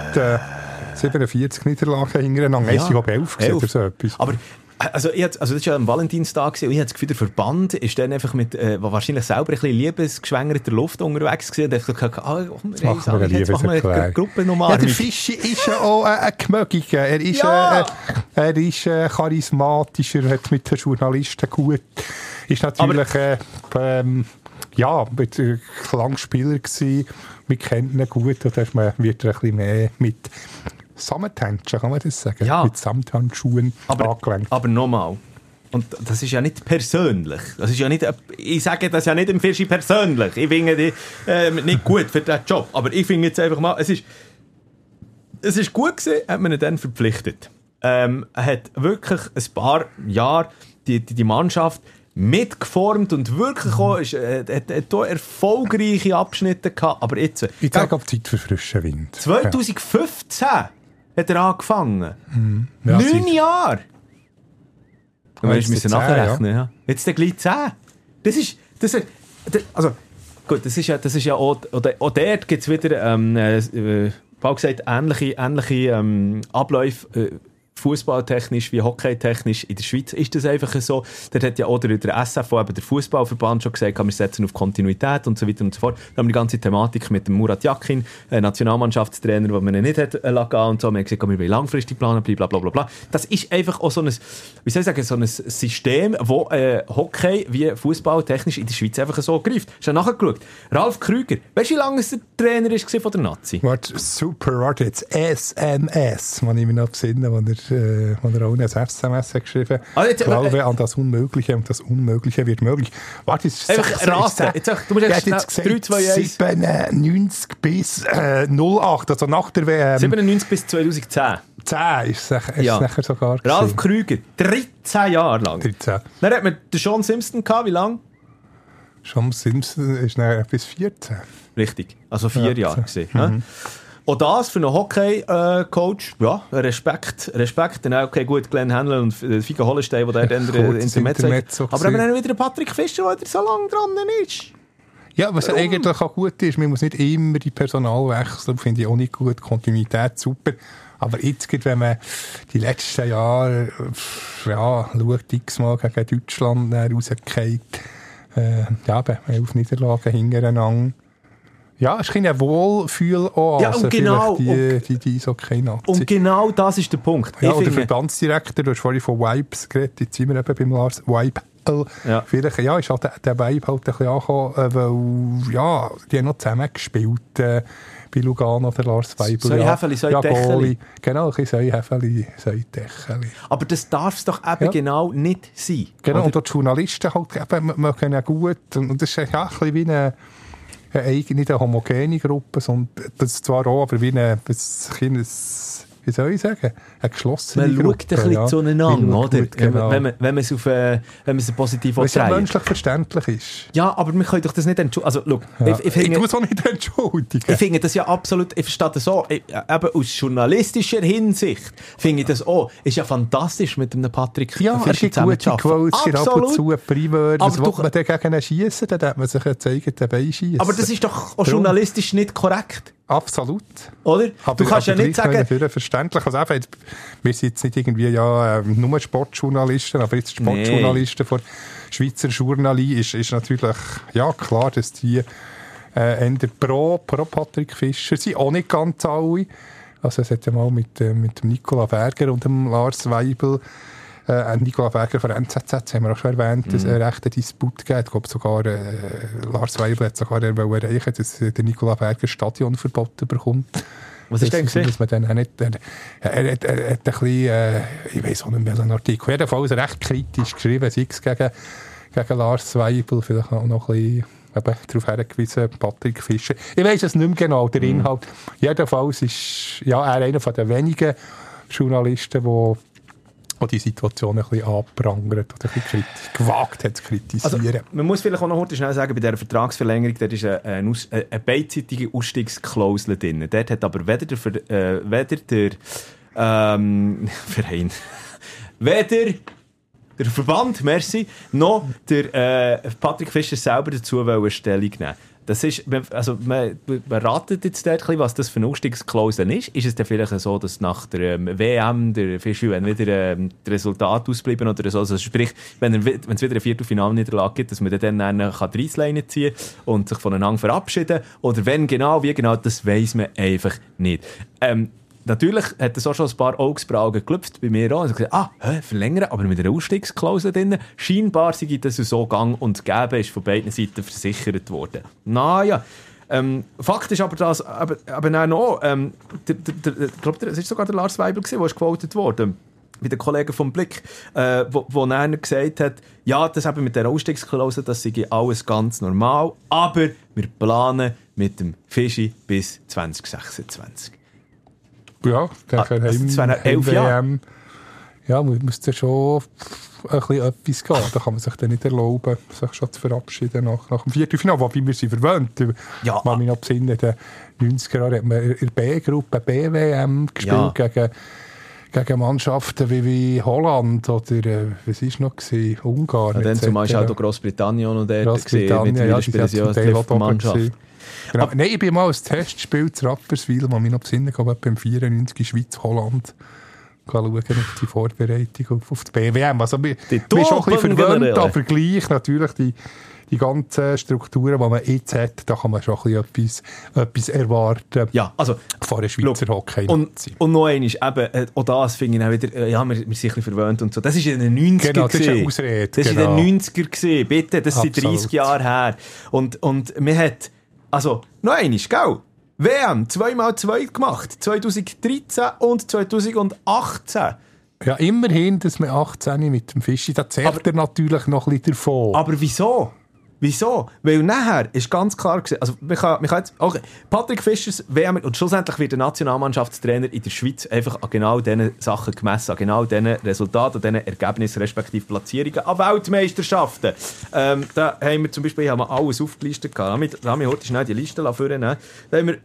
47 Niederlagen hintereinander. Ja, ich habe 11 gesehen oder so etwas. Aber das war ja am Valentinstag und ich hatte das Gefühl, der Verband ist dann einfach mit wahrscheinlich selber ein bisschen liebesgeschwängerter Luft unterwegs gewesen. Und ich dachte, jetzt machen wir eine Gruppennummer. Ja, der Fischi ist ja auch ein Gemögiger. Er ist charismatischer, hat mit den Journalisten gut. Ist natürlich Klangspieler gewesen. Wir kennen ihn gut und da wird er ein bisschen mehr mit Samthandschuhen, kann man das sagen? Ja. Mit Samthandschuhen angelenkt. Aber nochmal, und das ist ja nicht persönlich. Das ist ja nicht, ich sage das ja nicht dem Fischi persönlich. Ich finde die nicht gut für diesen Job. Aber ich finde jetzt einfach mal, es ist gut gewesen, hat man ihn dann verpflichtet. Er hat wirklich ein paar Jahre die Mannschaft mitgeformt und wirklich auch, hat erfolgreiche Abschnitte gehabt. Aber jetzt... Ich sage auf Zeit für frischen Wind. 2015 hat er angefangen. Ja, 9 Jahre! Wir müssen nachrechnen. Ja. Jetzt der gleich 10. Das ist ja auch dort gibt es wieder Paul gesagt, ähnliche Abläufe fußballtechnisch wie hockeytechnisch. In der Schweiz ist das einfach so. Dort hat ja auch der SFV, eben der Fußballverband, schon gesagt, wir setzen auf Kontinuität und so weiter und so fort. Dann haben wir die ganze Thematik mit dem Murat Yakin, Nationalmannschaftstrainer, den man nicht hat lassen und so. Wir haben gesagt, wir wollen langfristig planen, bla bla bla bla. Das ist einfach auch so ein, wie soll ich sagen, so ein System, wo Hockey wie fußballtechnisch in der Schweiz einfach so greift. Hast du nachgeschaut? Ralf Krüger, weißt du, wie lange der Trainer war von der Nazi? Super, warte jetzt. SMS, wenn ich mich noch besinne, wo er auch ein SMS hat geschrieben. Ich glaube an das Unmögliche und das Unmögliche wird möglich. Warte, es ist einfach raten. Du musst jetzt 3, 2, 1. 97 bis 08, also nach der WM. 97 bis 2010. 10 ist es nachher sogar Ralf Krüger, 13 Jahre lang. 13. Dann hat man den Sean Simpson gehabt, wie lange? Sean Simpson ist nachher bis 14. Richtig, also 4 Jahre gewesen. Und das für einen Hockey-Coach, Respekt. Dann auch gut, Glenn Hanlon und Figo Hollenstein, der dann Intermezzo. Aber dann haben wir wieder Patrick Fischer, der so lange dran ist. Ja, was eigentlich auch gut ist, man muss nicht immer die Personal wechseln, finde ich auch nicht gut. Kontinuität super. Aber jetzt, wenn man die letzten Jahre schaut, x-mal gegen Deutschland rausgefallen, 11 Niederlagen hintereinander. Ja, es ist ein Wohlfühl-Oase. Ja, und genau. Die so keine Nazi. Und genau das ist der Punkt. Ja, der Verbandsdirektor, du hast vorhin von Vibes geredet, jetzt sind wir eben beim Lars Vibe. Vielleicht ist halt der Vibe halt ein bisschen angekommen, weil, die haben noch zusammen gespielt, bei Lugano, der Lars Weibel. Säuhäfeli, Säudecheli. Genau, ein bisschen Säuhäfeli, Säudecheli. Aber das darf es doch eben genau nicht sein. Genau, oder? und die Journalisten halt eben, mögen ja gut, und das ist ja ein bisschen wie eine homogene Gruppe, sondern das zwar auch, aber wie wie soll ich sagen, eine geschlossene Gruppe. Man schaut ein bisschen zueinander, oder? Genau. Wenn man es positiv was ja menschlich verständlich ist. Ja, aber wir können doch das nicht entschuldigen. Also, look, ich muss es auch nicht entschuldigen. Ich finde das ja absolut, ich verstehe das auch, eben aus journalistischer Hinsicht finde ich das auch, ist ja fantastisch mit einem Patrick Fischer zusammen zu arbeiten. Es gibt ab und zu ein Primär, was will man dann gegen ihn schiessen, dann hat man sich ein eigenen Bein schiessen. Aber das ist doch auch journalistisch nicht korrekt. Absolut. Oder? Du kannst ja nicht sagen... Verständlich. Also eben, wir sind jetzt nicht irgendwie nur Sportjournalisten, aber jetzt Sportjournalisten von Schweizer Journalie ist natürlich klar, dass die eher pro Patrick Fischer sind. Auch nicht ganz alle. Also es hat ja mal mit dem Nicola Berger und dem Lars Weibel Nicola Berger von NZZ, haben wir auch schon erwähnt, dass einen rechten Disput gegeben. Ich glaube sogar, Lars Weibel hat sogar erreichen, dass der Nicola Berger ein Stadionverbot bekommt. Was ist denn gesehen? Dass man dann auch nicht, er hat ein bisschen, ich weiss auch nicht mehr, einen Artikel, jedenfalls recht kritisch geschrieben, sei es gegen Lars Weibel, vielleicht auch noch ein bisschen darauf hingewiesen, Patrick Fischer. Ich weiss es nicht mehr genau, der Inhalt. Jedenfalls ist er einer von den wenigen Journalisten, die Situation ein bisschen anprangert oder ein bisschen gewagt hat zu kritisieren. Also, man muss vielleicht auch noch heute schnell sagen, bei dieser Vertragsverlängerung, da ist eine beidseitige Ausstiegsklausel drin. Dort hat aber weder der Verband, noch der Patrick Fischer selber dazu Stellung nehmen. Das ist, also man ratet jetzt dort ein bisschen, was das für eine Ausstiegsklausel ist. Ist es dann vielleicht so, dass nach der WM der Fischer, wenn wieder das Resultat ausbleiben oder so, also sprich, wenn es wieder eine Viertelfinalniederlage gibt, dass man dann die Reissleine ziehen kann und sich voneinander verabschieden, oder wenn genau, wie genau, das weiss man einfach nicht. Natürlich hat es auch schon ein paar Augsbrauen geklopft, bei mir auch. Also gesagt, verlängern, aber mit einer Ausstiegsklausel drin. Scheinbar sei das so gang und gäbe, ist von beiden Seiten versichert worden. Naja, Fakt ist aber, dass aber dann noch, ich glaube, es war sogar der Lars Weibel, der ist gewotet worden bei den Kollegen vom Blick, wo dann gesagt hat, ja, das eben mit der Ausstiegsklausel, das sei alles ganz normal, aber wir planen mit dem Fischi bis 2026. Ja, das wäre 11 Jahre. Ja, muss dann schon ein bisschen etwas gehen. Da kann man sich dann nicht erlauben, sich schon zu verabschieden nach dem Viertelfinale. Wobei wir sind verwöhnt. Ja. Man mich noch besinnen, in den 90er Jahren hat man in der B-Gruppe BWM gespielt gegen Mannschaften wie Holland oder was war noch? Ungarn. Ja, dann zumal war auch Großbritannien noch dort. Großbritannien, die sind ja Mannschaft. Genau. Nein, ich bin mal als Testspiel zu Rapperswil, man mich noch besinnen kann, beim 94 Schweiz-Holland schauen auf die Vorbereitung auf die BWM. Also, ich bin schon ein bisschen verwöhnt, aber gleich natürlich die ganzen Strukturen, die man jetzt hat, da kann man schon ein bisschen etwas erwarten. Ja, also, von der Schweizer Hockey. Und noch eines, eben, auch das finde ich auch wieder, wir sind ein bisschen verwöhnt und so. Das war in den 90er. Genau, das ist eine Ausrede. Das war in den 90er gewesen. Bitte, das sind 30 Jahre her. Und man hat, also, noch eines, gell? WM 2x2 gemacht. 2013 und 2018. Ja, immerhin, dass man 18 mit dem Fischi, da zählt er natürlich noch ein bisschen davon. Aber wieso? Wieso? Weil nachher ist ganz klar gewesen, also man kann jetzt, okay, Patrick Fischers WM, und schlussendlich wird der Nationalmannschaftstrainer in der Schweiz einfach an genau diesen Sachen gemessen, an genau diesen Resultaten, an diesen Ergebnissen, respektive Platzierungen an Weltmeisterschaften. Da haben wir zum Beispiel, ich habe mal alles aufgelistet gehabt, da haben wir heute schnell die Liste vornehmen. Da haben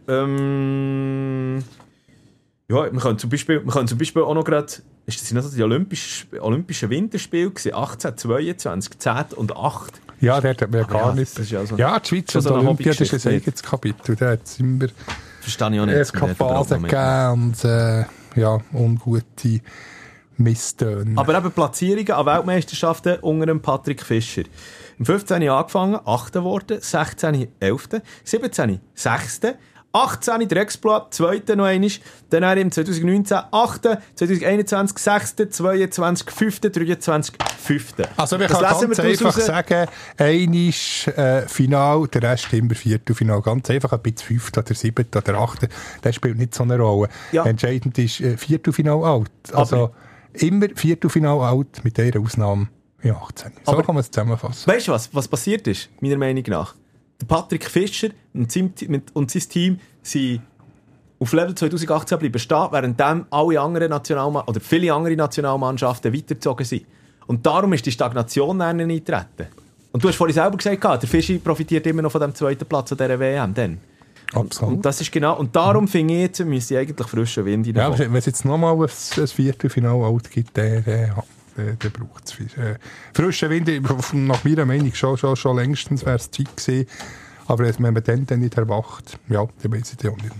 wir, ja, wir können zum Beispiel auch noch gerade, ist das nicht so die Olympischen Winterspiele gewesen, 18, 22, 10 und 8? Ja, der hat mir gar nicht. Also ja, die Schweiz und Olympia, das ist ein eigenes Kapitel. Da hat es immer verstehe ich auch nicht. Eskapaden gegeben und ungute Misstöne. Aber eben Platzierungen an Weltmeisterschaften unter dem Patrick Fischer. Im 15. Jahr angefangen, 8. geworden, 16. 11., 17. 6., 18. der Exploit, 2. noch einmal, dann im 2019 8., 2021 6., 22 5., 23 5. Also wir können ganz einfach sagen, einmal Final, der Rest immer Viertelfinal. Ganz einfach, ein bisschen 5. oder 7. oder 8. Das spielt nicht so eine Rolle. Ja. Entscheidend ist Viertelfinal alt. Also immer Viertelfinal alt, mit dieser Ausnahme in 18. So kann man es zusammenfassen. Weißt du was passiert ist, meiner Meinung nach? Der Patrick Fischer und sein Team sind auf Level 2018 bleiben stehen, während alle anderen oder viele andere Nationalmannschaften weitergezogen sind. Und darum ist die Stagnation eingetreten. Und du hast vorhin selber gesagt, der Fischer profitiert immer noch von dem 2. Platz an dieser WM. Dann. Absolut. Und das ist genau, und darum finde ich jetzt, müsste ich eigentlich frischen Wind reinkommen. Ja, wenn es jetzt nochmal ein Viertelfinale alt gibt, dann braucht es frischen Wind. Nach meiner Meinung schon längstens wäre es Zeit gewesen. Aber wenn man dann nicht erwacht, ja, dann weiß ich auch nicht.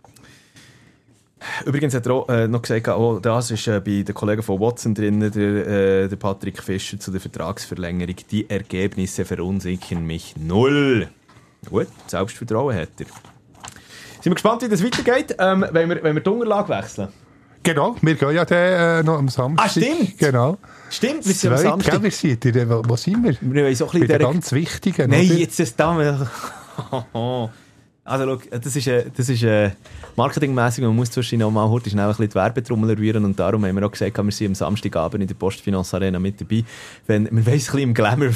Übrigens hat er auch noch gesagt, das ist bei den Kollegen von Watson drin, der Patrick Fischer zu der Vertragsverlängerung. Die Ergebnisse verunsichern mich null. Gut, Selbstvertrauen hat er. Sind wir gespannt, wie das weitergeht, wenn wir die Unterlage wechseln? Genau, wir gehen ja dann noch am Samstag. Ah, stimmt! Genau. Stimmt, wir sind am Samstag. Wo sind wir? Wir so ein bisschen ganz Wichtigen. Nein, oder? Jetzt ist das da. Also, schau, das ist marketingmässig. Man muss zwischen noch mal heute schnell ein bisschen die Werbetrommel rühren. Und darum haben wir auch gesagt, wir sind am Samstagabend in der Postfinance Arena mit dabei. Wir weiss ein bisschen im Glamour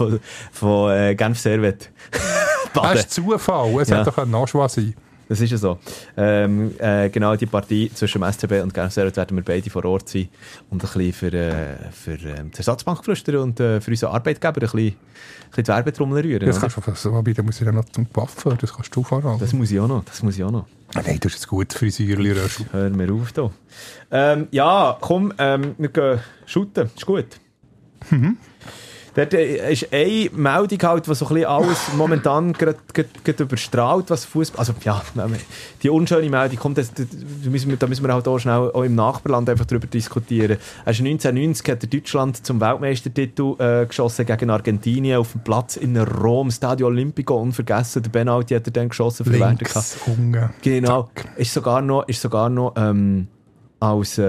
von Genf Servet. Das ist Zufall. Es hätte doch ein Naschwa sein. Das ist ja so. Genau, die Partie zwischen dem SCB und Genf Servet werden wir beide vor Ort sein und ein bisschen für die Ersatzbank flüstern und für unseren Arbeitgeber ein bisschen die Werbetrommel rühren. Das kannst du fast so, da muss ich dann noch zum Waffen, das kannst du fahren. Das muss ich auch noch. Nein, du hast jetzt gut Frisürli. Hör mir auf da. Ja, komm, wir gehen shooten, ist gut. Mhm. Dort ist eine Meldung halt, was so ein bisschen alles momentan gerade überstrahlt, was Fußball. Also ja, die unschöne Meldung kommt, da müssen wir halt auch schnell auch im Nachbarland einfach darüber diskutieren. Also 1990 hat Deutschland zum Weltmeistertitel geschossen gegen Argentinien auf dem Platz in Rom, Stadio Olimpico, unvergessen. Der Penalty hat er dann geschossen. Links, Unge. Genau. Ist sogar noch als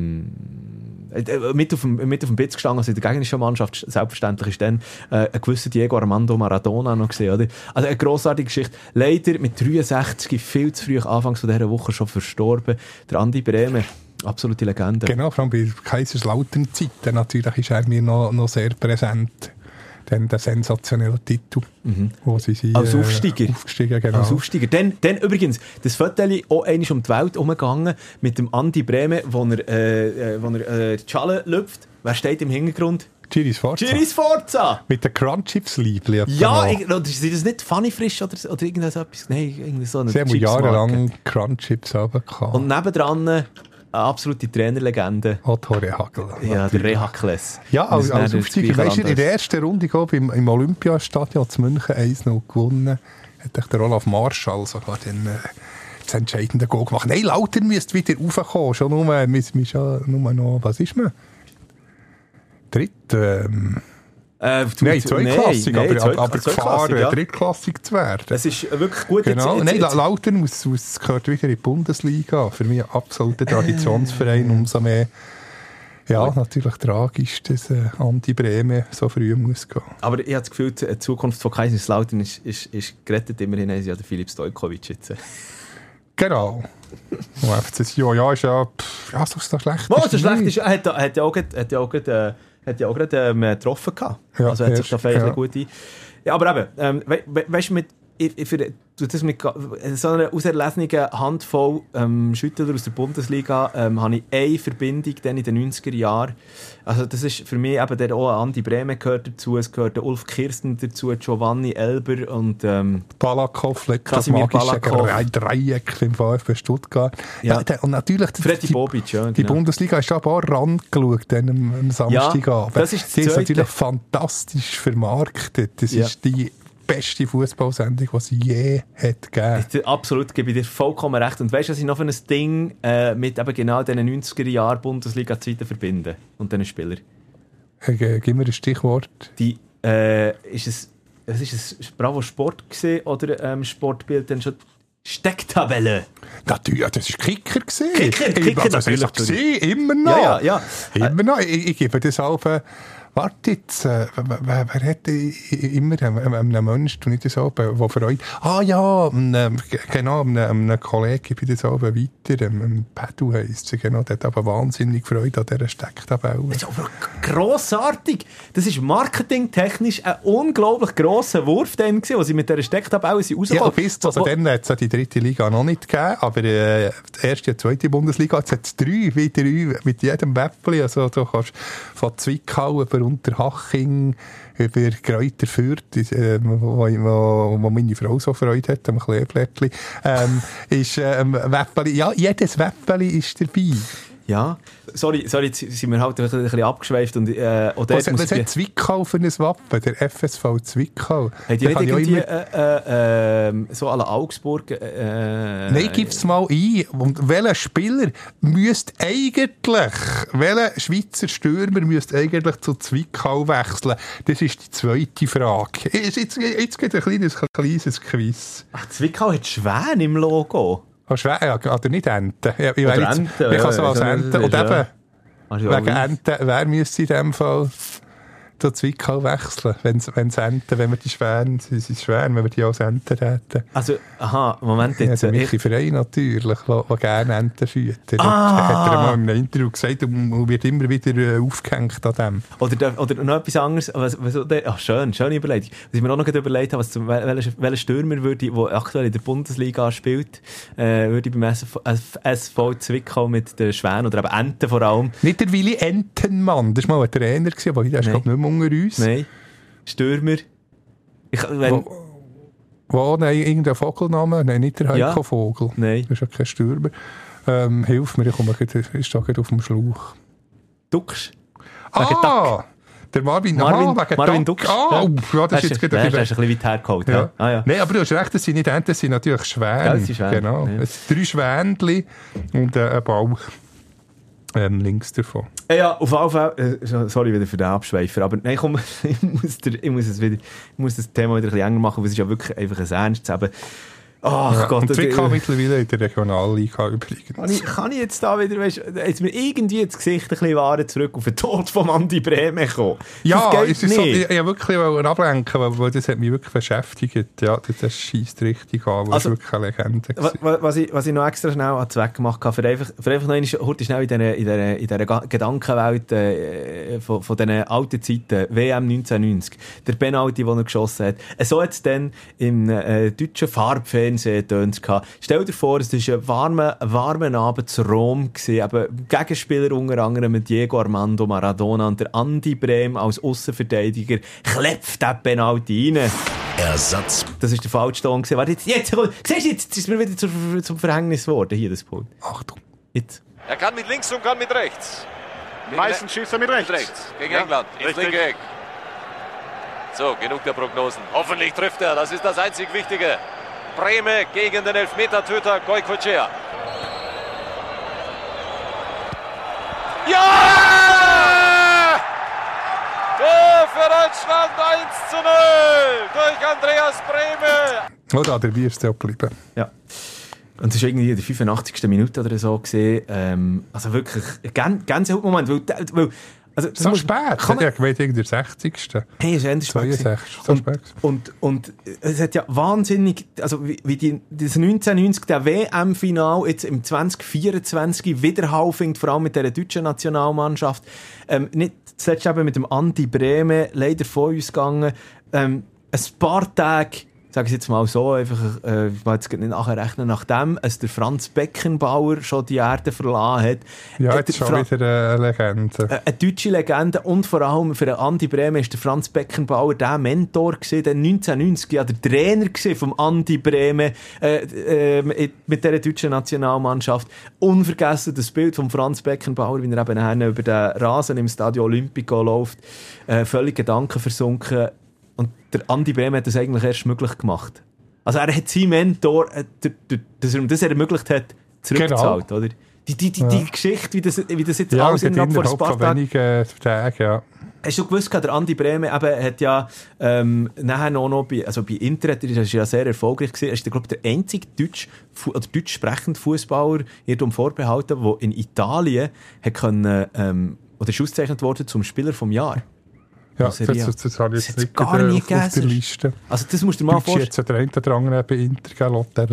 mit auf dem Pitz gestanden, also in der gegnerischen Mannschaft, selbstverständlich ist dann ein gewisser Diego Armando Maradona noch gesehen, oder? Also eine grossartige Geschichte. Leider mit 63 viel zu früh anfangs von dieser Woche schon verstorben. Der Andi Bremer, absolute Legende. Genau, vor allem bei Kaiserslautern-Zeiten natürlich ist er mir noch sehr präsent. Dann der sensationelle Titel, wo sie sind, als Aufsteiger. Genau. Als Aufsteiger. Dann übrigens, das Foto auch einmal um die Welt herumgegangen mit dem Andi Brehme, wo er die Schale lüpft. Wer steht im Hintergrund? Giris Forza. Giris Forza! Mit den Crunchips-Liebli. Ja, oder sind das nicht Funny Frisch oder irgendetwas? Nein, irgendwie so eine Sie haben jahrelang Crunchips gehabt. Und nebendran eine absolute Trainerlegende. Otto Rehagel. Ja, der Rehakles. Ja, als Aufsteiger. Weißt du, in der ersten Runde im Olympiastadion zu München 1-0 gewonnen, hat der Olaf Marschall sogar das entscheidende Goal gemacht. Nein, Lautern müsste wieder raufkommen. Schon nur noch, was ist man? Zweiklassig, aber gefahren, ja. Drittklassig zu werden. Das ist wirklich gut. Genau. Lautern gehört wieder in die Bundesliga. Für mich ein absoluter Traditionsverein. Umso mehr, ja, natürlich tragisch, dass Andi Brehme so früh muss gehen. Aber ich habe das Gefühl, die Zukunft von Kaiserslautern ist gerettet. Immerhin haben sie ja den Filip Stojkovic jetzt. Genau. Ja, ist ja so schlecht. So schlecht ist, er hat ja auch hat ja auch gerade getroffen gehabt. Ja, also hat sich da vielleicht gut ein... Ja, aber eben, weißt du, mit so einer auserlesenen Handvoll Schüttler aus der Bundesliga habe ich eine Verbindung dann in den 90er Jahren. Also das ist für mich eben der auch Andi Brehme gehört dazu, es gehört der Ulf Kirsten dazu, Giovanni Elber und Balakov, das Kasimir magische Balakov. Dreieck im VfB Stuttgart. Ja. Und natürlich Freddy Bobic, ja, die genau. Bundesliga ist aber auch rangeschaut am Samstagabend. Ja, das ist die ist zweite. natürlich fantastisch vermarktet. Das ist die beste Fußballsendung, die es je hat gegeben. Absolut, gebe ich dir vollkommen recht. Und weißt du, was ich noch für ein Ding mit eben genau diesen 90er Jahren Bundesliga-Zeiten verbinde? Und diesen Spielern? Gib mir ein Stichwort. Ist es Bravo Sport gewesen, oder Sportbild dann schon Stecktabelle? Natürlich, das war Kicker. Kicker das natürlich. ist immer noch. Ja. Immer noch. Ich gebe das auf... Warte jetzt, wer hat immer einem Menschen, der nicht so, der Freude... genau, einem Kollegen bei das auch weiter, Pedro heisst sie, genau, der hat aber wahnsinnig Freude an dieser Stecktabelle. Das ist aber grossartig. Das ist marketingtechnisch ein unglaublich grosser Wurf, den sie mit dieser Stecktabelle rausgekommen. Ja, also dann hat es die dritte Liga noch nicht gegeben, aber die erste und zweite Bundesliga hat es drei mit jedem Wäppli. Also du kannst von Zwickau über Unterhaching, über Kräuter Fürth, wo meine Frau so Freude hat, am Kleeblättli, ist Wäppli. Ja, jedes Wäppli ist dabei. Ja, sorry, jetzt sind wir halt ein bisschen abgeschweift. Und, was hat Zwickau für ein Wappen? Der FSV Zwickau. Hat die nicht irgendwie so à la Augsburg... Nein, gib es mal ein. Und welcher Spieler welcher Schweizer Stürmer müsste eigentlich zu Zwickau wechseln? Das ist die zweite Frage. Jetzt geht ein kleines Quiz. Ach, Zwickau hat Schwäne im Logo. Oder nicht Enten. Ich oder Enten. Ich kann so als Enten. Und eben, wegen Enten, wer müsste in dem Fall zu Zwickau wechseln? Wenn wir die Schwäne, sie sind Schwäne, wenn wir die als Enten hätten. Also, Moment jetzt. Ja, der Michi Frey natürlich, der gerne Enten füttert. Hat er mal in einem Interview gesagt und wird immer wieder aufgehängt an dem. Oder noch etwas anderes. Schöne Überlegung. Was ich mir auch noch überlegt habe, welcher Stürmer der aktuell in der Bundesliga spielt, würde beim SV Zwickau mit den Schwänen oder eben Enten vor allem. Nicht der Willi Entenmann, das war mal ein Trainer, aber der ist glaube nicht mehr unter uns. Nein. Stürmer. Nein, irgendein Vogelname? Nein, nicht der Heiko Vogel. Nein. Das ist ja kein Stürmer. Hilf mir, ich stehe auf dem Schlauch. Duxch. Der Marvin Duxch. Das ist jetzt gerade ein bisschen weit hergeholt. Ja. Ja. Nein, aber du hast recht, das sind nicht Enten, das sind natürlich Schwäne. Ja, das sind Schwäne. Genau. Ja. Es sind 3 Schwänchen und ein Bauch links davon. Ja, auf jeden Fall, sorry wieder für den Abschweifer, aber nein, komm, ich muss das Thema wieder ein bisschen enger machen, weil es ist ja wirklich einfach ein ernstes eben. Ach Gott. Und Zwickau mittlerweile in der Regionalliga übrigens. Kann ich jetzt da wieder, jetzt mir irgendwie das Gesicht ein bisschen wahren zurück auf den Tod von Andi Brehme kommen? Ja, es ist so, ich wirklich ablenken, weil das hat mich wirklich beschäftigt. Ja, das scheisst richtig an, weil es wirklich eine Legende war. Was ich noch extra schnell an Zweck gemacht habe, für einfach noch heute schnell in dieser Gedankenwelt von diesen alten Zeiten, WM 1990, der Penalty, den er geschossen hat. So hat es dann im deutschen Farbfernsehen tönt. Stell dir vor, es war ein warmer Abend zu Rom gewesen, eben Gegenspieler unter anderem mit Diego Armando Maradona und der Andi Brehme als Aussenverteidiger klepft den Penalty rein. Ersatz. Das war der falsche Ton. Warte, jetzt ist es mir wieder zum Verhängnis geworden, hier das Pult. Achtung. Jetzt. Er kann mit links und kann mit rechts. Meistens schießt er mit rechts. Gegen England, ins linke Eck. So, genug der Prognosen. Hoffentlich trifft er, das ist das einzig Wichtige. Brehme gegen den Elfmetertöter Goicoechea. Ja! Tor für Deutschland 1:0 durch Andreas Brehme. Oder der Bier ist geblieben. Ja. Und es war irgendwie in der 85. Minute oder so gesehen. Also wirklich, Gänsehautmoment, weil Also, so spät? Ich weiß irgendwie der 60. Hey, ist endlich 62. So spät. Und es hat ja wahnsinnig, also wie das 1990, der WM-Final jetzt im 2024 Widerhall findet, vor allem mit der deutschen Nationalmannschaft. Nicht zuletzt eben mit dem Andi Brehme, leider vor uns gegangen. Ein paar Tage, sage ich jetzt mal so, einfach, ich will jetzt nicht nachher rechnen, nachdem es der Franz Beckenbauer schon die Erde verlassen hat. Ja, jetzt schon wieder eine Legende. Eine deutsche Legende und vor allem für Andi Brehme ist der Franz Beckenbauer der Mentor gewesen, der 1990 ja der Trainer gewesen vom Andi Brehme mit der deutschen Nationalmannschaft. Unvergessen das Bild von Franz Beckenbauer, wie er eben über den Rasen im Stadio Olimpico läuft, völlig gedankenversunken. Und der Andi Brehme hat das eigentlich erst möglich gemacht. Also er hat seinen Mentor, dass er ihm das ermöglicht hat, zurückgezahlt, genau. Oder? Die Geschichte, wie das jetzt alles innerhalb von ein paar Tagen, ja. Hast du gewusst, der Andi Brehme eben hat ja nachher noch bei Internet, das ist ja sehr erfolgreich gewesen, er ist, glaube ich, der einzige deutsch sprechende Fußballer, irgendwo vorbehalten, der in Italien hat können, oder ist ausgezeichnet worden zum Spieler vom Jahr. Ja, das habe ich jetzt nicht gar nicht auf der Liste. Also das musst du dir mal vorstellen. Jetzt der eine oder andere bei Inter, der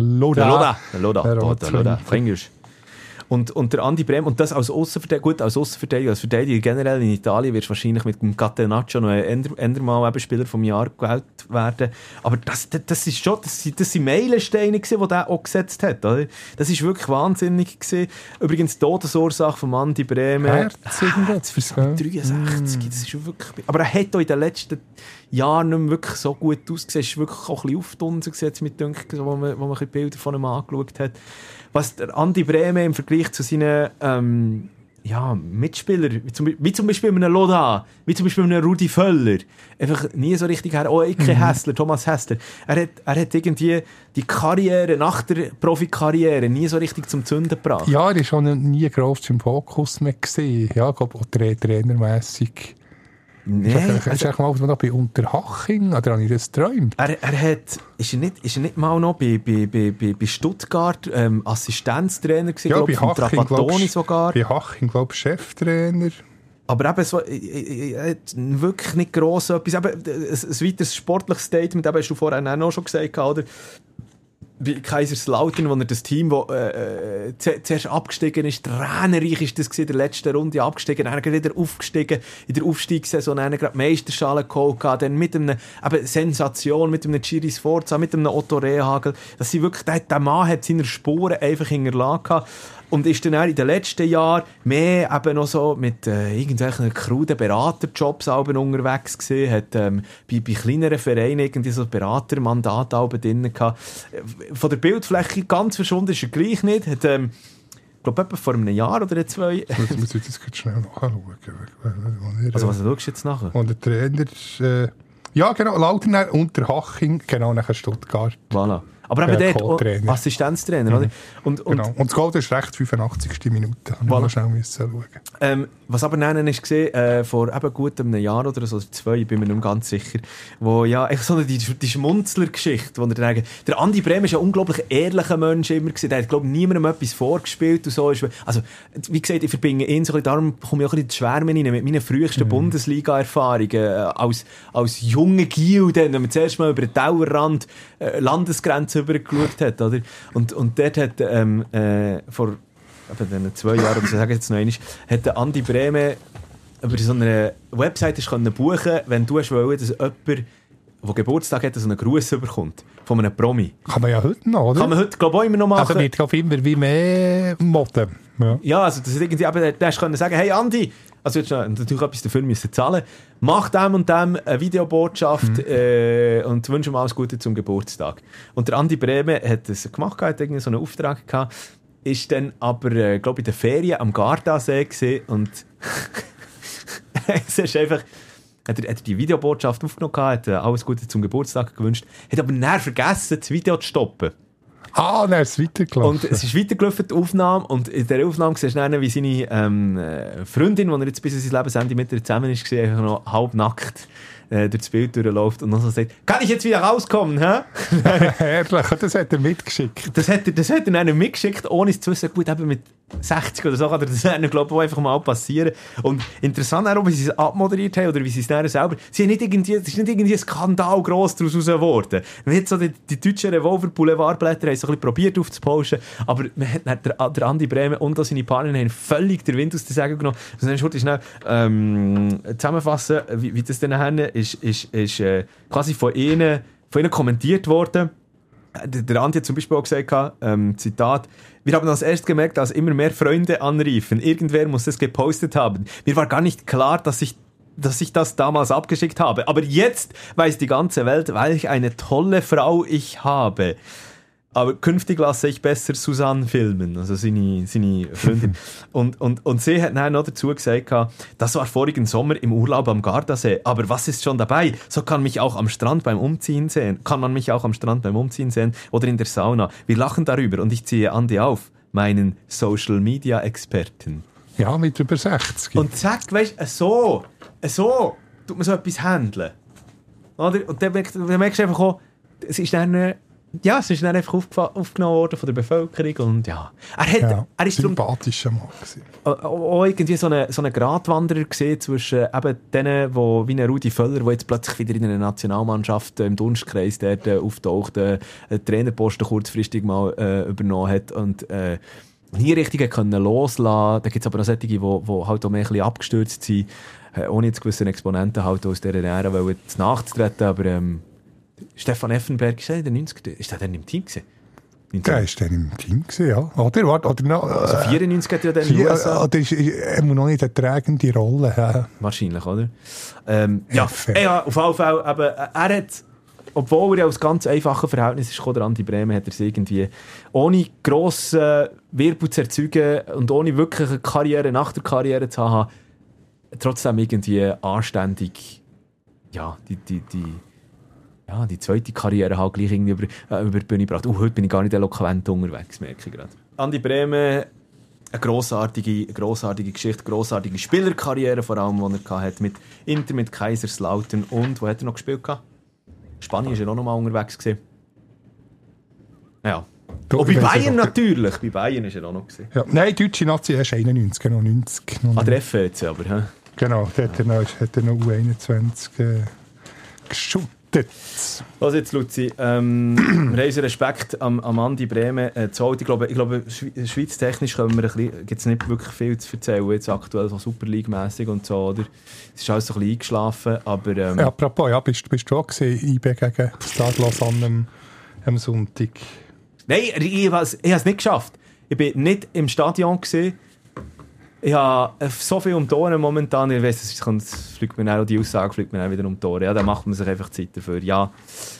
Loda. Englisch. Und der Andi Brehme, und das als Aussenverteidiger, als Verteidiger generell in Italien wirst du wahrscheinlich mit dem Catenaccio noch mal eben Spieler vom Jahr gewählt werden. Aber das ist schon, das sind Meilensteine gewesen, die der auch gesetzt hat, oder? Das ist wirklich wahnsinnig gewesen. Übrigens die Todesursache von Andi Brehme. Herzlich. 63, das ist wirklich... Aber er hat auch in den letzten Jahren nicht mehr wirklich so gut ausgesehen. Es ist wirklich auch ein bisschen aufdunsen jetzt mit Dünken, wo man ein bisschen Bilder von ihm angeschaut hat. Was der Andi Brehme im Vergleich zu seinen Mitspielern, wie zum Beispiel einem Loda, wie zum Beispiel einem Rudi Völler, einfach nie so richtig her. Auch Hässler, Thomas Hässler. Er hat irgendwie die Karriere nach der Profikarriere nie so richtig zum Zünden gebracht. Ja, er ist schon nie gross im Fokus mehr gesehen. Ja, ich glaube auch trainermässig. Nein. Hast du mal noch bei Unterhaching, oder habe ich das geträumt? Ist er nicht mal noch bei Stuttgart Assistenztrainer gewesen, ja, glaube von Trapattoni sogar. Bei Haching, glaube ich, Cheftrainer. Aber eben so, wirklich nicht gross etwas. Eben, ein weiteres sportliches Statement, eben hast du vorhin auch noch schon gesagt, oder? Bei Kaiserslautern, wo er das Team, das zuerst abgestiegen ist, tränenreich ist das gewesen, in der letzten Runde abgestiegen, dann wieder aufgestiegen, in der Aufstiegssaison, dann gerade Meisterschale geholt, dann mit einer Sensation, mit einem Ciri Sforza, mit einem Otto Rehhagel, dass sie wirklich, der Mann hat seine Spuren einfach hinterlassen und ist dann auch in den letzten Jahren mehr eben noch so mit irgendwelchen kruden Beraterjobs unterwegs gewesen, hat bei kleineren Vereinen irgendwie so Beratermandate drin gehabt. Von der Bildfläche ganz verschwunden ist er gleich nicht. Hat, ich glaube, etwa vor einem Jahr oder zwei. Ich muss jetzt schnell nachschauen. Also was schaust du jetzt nachher? Und der Trainer ist, ja genau, Lautern, Unterhaching, genau, nachher Stuttgart. Voilà. Aber eben dort Assistenztrainer, oder? Und genau. Und das Goal ist recht 85. Minute. Voilà. Mal schnell schauen. Was aber nennen ist gesehen, vor eben gut einem Jahr oder so, 2, bin mir nicht mehr ganz sicher, wo ja, echt so die Schmunzler-Geschichte, wo der Andi Brehme ist ein unglaublich ehrlicher Mensch immer gewesen, der hat, glaube ich, niemandem etwas vorgespielt und so. Also, wie gesagt, ich verbinde ihn so ein bisschen, darum komme ich auch ein bisschen ins Schwärmen rein, mit meinen frühesten Bundesliga-Erfahrungen, als junger Giel, wenn man zuerst mal über den Tellerrand Landesgrenzen übergeschaut hat, oder? Und dort hat vor eben 2 Jahren, oder so sage ich jetzt noch einmal, hat der Andi Brehme über so eine Website buchen können, wenn du wolltest, dass jemand, der Geburtstag hat, so einen Gruß bekommt. Von einem Promi. Kann man ja heute noch, oder? Kann man heute, glaube ich, auch immer noch machen. Also wird, glaube ich, immer wie mehr Mode. Ja, also das ist irgendwie, aber da hast du sagen, hey Andi, also jetzt natürlich etwas dafür müssen zahlen, mach dem und dem eine Videobotschaft und wünsche ihm alles Gute zum Geburtstag. Und der Andi Brehme hat das gemacht, hat irgendwie so einen Auftrag gehabt, ist dann aber, glaube ich, in den Ferien am Gardasee gesehen und es ist einfach, hat er die Videobotschaft aufgenommen, hat alles Gute zum Geburtstag gewünscht, hat aber dann vergessen, das Video zu stoppen. Ah, dann ist es weitergelaufen. Und es ist weitergelaufen, die Aufnahme. Und in dieser Aufnahme siehst du dann, wie seine Freundin, die er jetzt bis ins Lebensende mit ihr zusammen ist, einfach noch halbnackt durch das Bild durchläuft und noch so sagt, kann ich jetzt wieder rauskommen, hä? Ehrlich, das hat er mitgeschickt. Das hat er dann mitgeschickt, ohne es zu wissen. Gut, eben 60 oder so kann das glaube ich, einfach mal passieren. Und interessant auch, wie sie es abmoderiert haben oder wie sie es dann selber... Es ist nicht irgendwie ein Skandal gross daraus geworden. Man hat so die deutschen Revolver-Boulevardblätter haben so ein bisschen probiert aufzuposten, aber man hat der Andi Bremen und auch seine Partner haben völlig den Wind aus den Segeln genommen. Also dann ist schnell zusammenfassen, wie das dann ist quasi von ihnen kommentiert worden. Der Andi hat zum Beispiel auch gesagt, Zitat, wir haben als erst gemerkt, dass immer mehr Freunde anriefen. Irgendwer muss das gepostet haben. Mir war gar nicht klar, dass ich das damals abgeschickt habe. Aber jetzt weiß die ganze Welt, welch eine tolle Frau ich habe. Aber künftig lasse ich besser Susanne filmen, also seine Freundin. und sie hat dann noch dazu gesagt, das war vorigen Sommer im Urlaub am Gardasee. Aber was ist schon dabei? So kann man mich auch am Strand beim Umziehen sehen oder in der Sauna. Wir lachen darüber und ich ziehe Andi auf, meinen Social-Media-Experten. Ja, mit über 60. Und zack, weißt du, so tut man so etwas handeln. Oder? Und dann merkst du einfach auch, es ist dann einfach aufgenommen worden von der Bevölkerung und ja. Er ist sympathischer Mann gewesen. Auch irgendwie so eine Gratwanderer gesehen zwischen eben denen, wie ein Rudi Völler, der jetzt plötzlich wieder in einer Nationalmannschaft im Dunstkreis dort auftaucht, den Trainerposten kurzfristig mal übernommen hat und nie richtig können loslassen. Da gibt es aber noch solche, die halt auch mehr ein bisschen abgestürzt sind, ohne jetzt gewisse Exponenten halt aus dieser Ära nachzutreten, aber Stefan Effenberg, ist der in den 90er? Ist der dann im Team gewesen? Der ist dann im Team gewesen, ja. Oder noch, also 94 hat ja dann in den USA. Oder er muss noch nicht eine tragende Rolle haben. Wahrscheinlich, oder? Auf jeden Fall, aber er hat, obwohl er aus ganz einfachen Verhältnissen ist, der Andi Bremen, hat er es irgendwie ohne grossen Wirbel zu erzeugen und ohne wirklich eine Karriere nach der Karriere zu haben, trotzdem irgendwie anständig, die zweite Karriere halt gleich irgendwie über die Bühne gebracht. Heute bin ich gar nicht eloquent unterwegs, merke ich gerade. Andi Bremen, eine grossartige Geschichte, grossartige Spielerkarriere, vor allem, die er hatte, mit Inter, mit Kaiserslautern und, wo hat er noch gespielt? Spanien war er auch noch mal unterwegs gewesen. Ja. Und bei Bayern natürlich, bei Bayern war er auch noch gewesen. Ja. Nein, deutsche Nazi erst 91, genau 90. Der F jetzt aber, hä? Genau, da hat er noch U21 geschult. Also jetzt, Luzi, wir haben unseren Respekt am Andi Bremen gezahlt. Ich glaube, schweiztechnisch gibt es nicht wirklich viel zu erzählen, jetzt aktuell so Super League-mässig und so, oder? Es ist alles so ein bisschen eingeschlafen, aber... apropos, bist du auch gesehen, IB gegen Stade Lausanne am Sonntag? Nein, ich habe es nicht geschafft. Ich war nicht im Stadion gewesen. Ich habe so viel um die Ohren momentan. Ich weiss, die Aussage fliegt mir auch wieder um die Ohren. Ja, da macht man sich einfach Zeit dafür. Ja,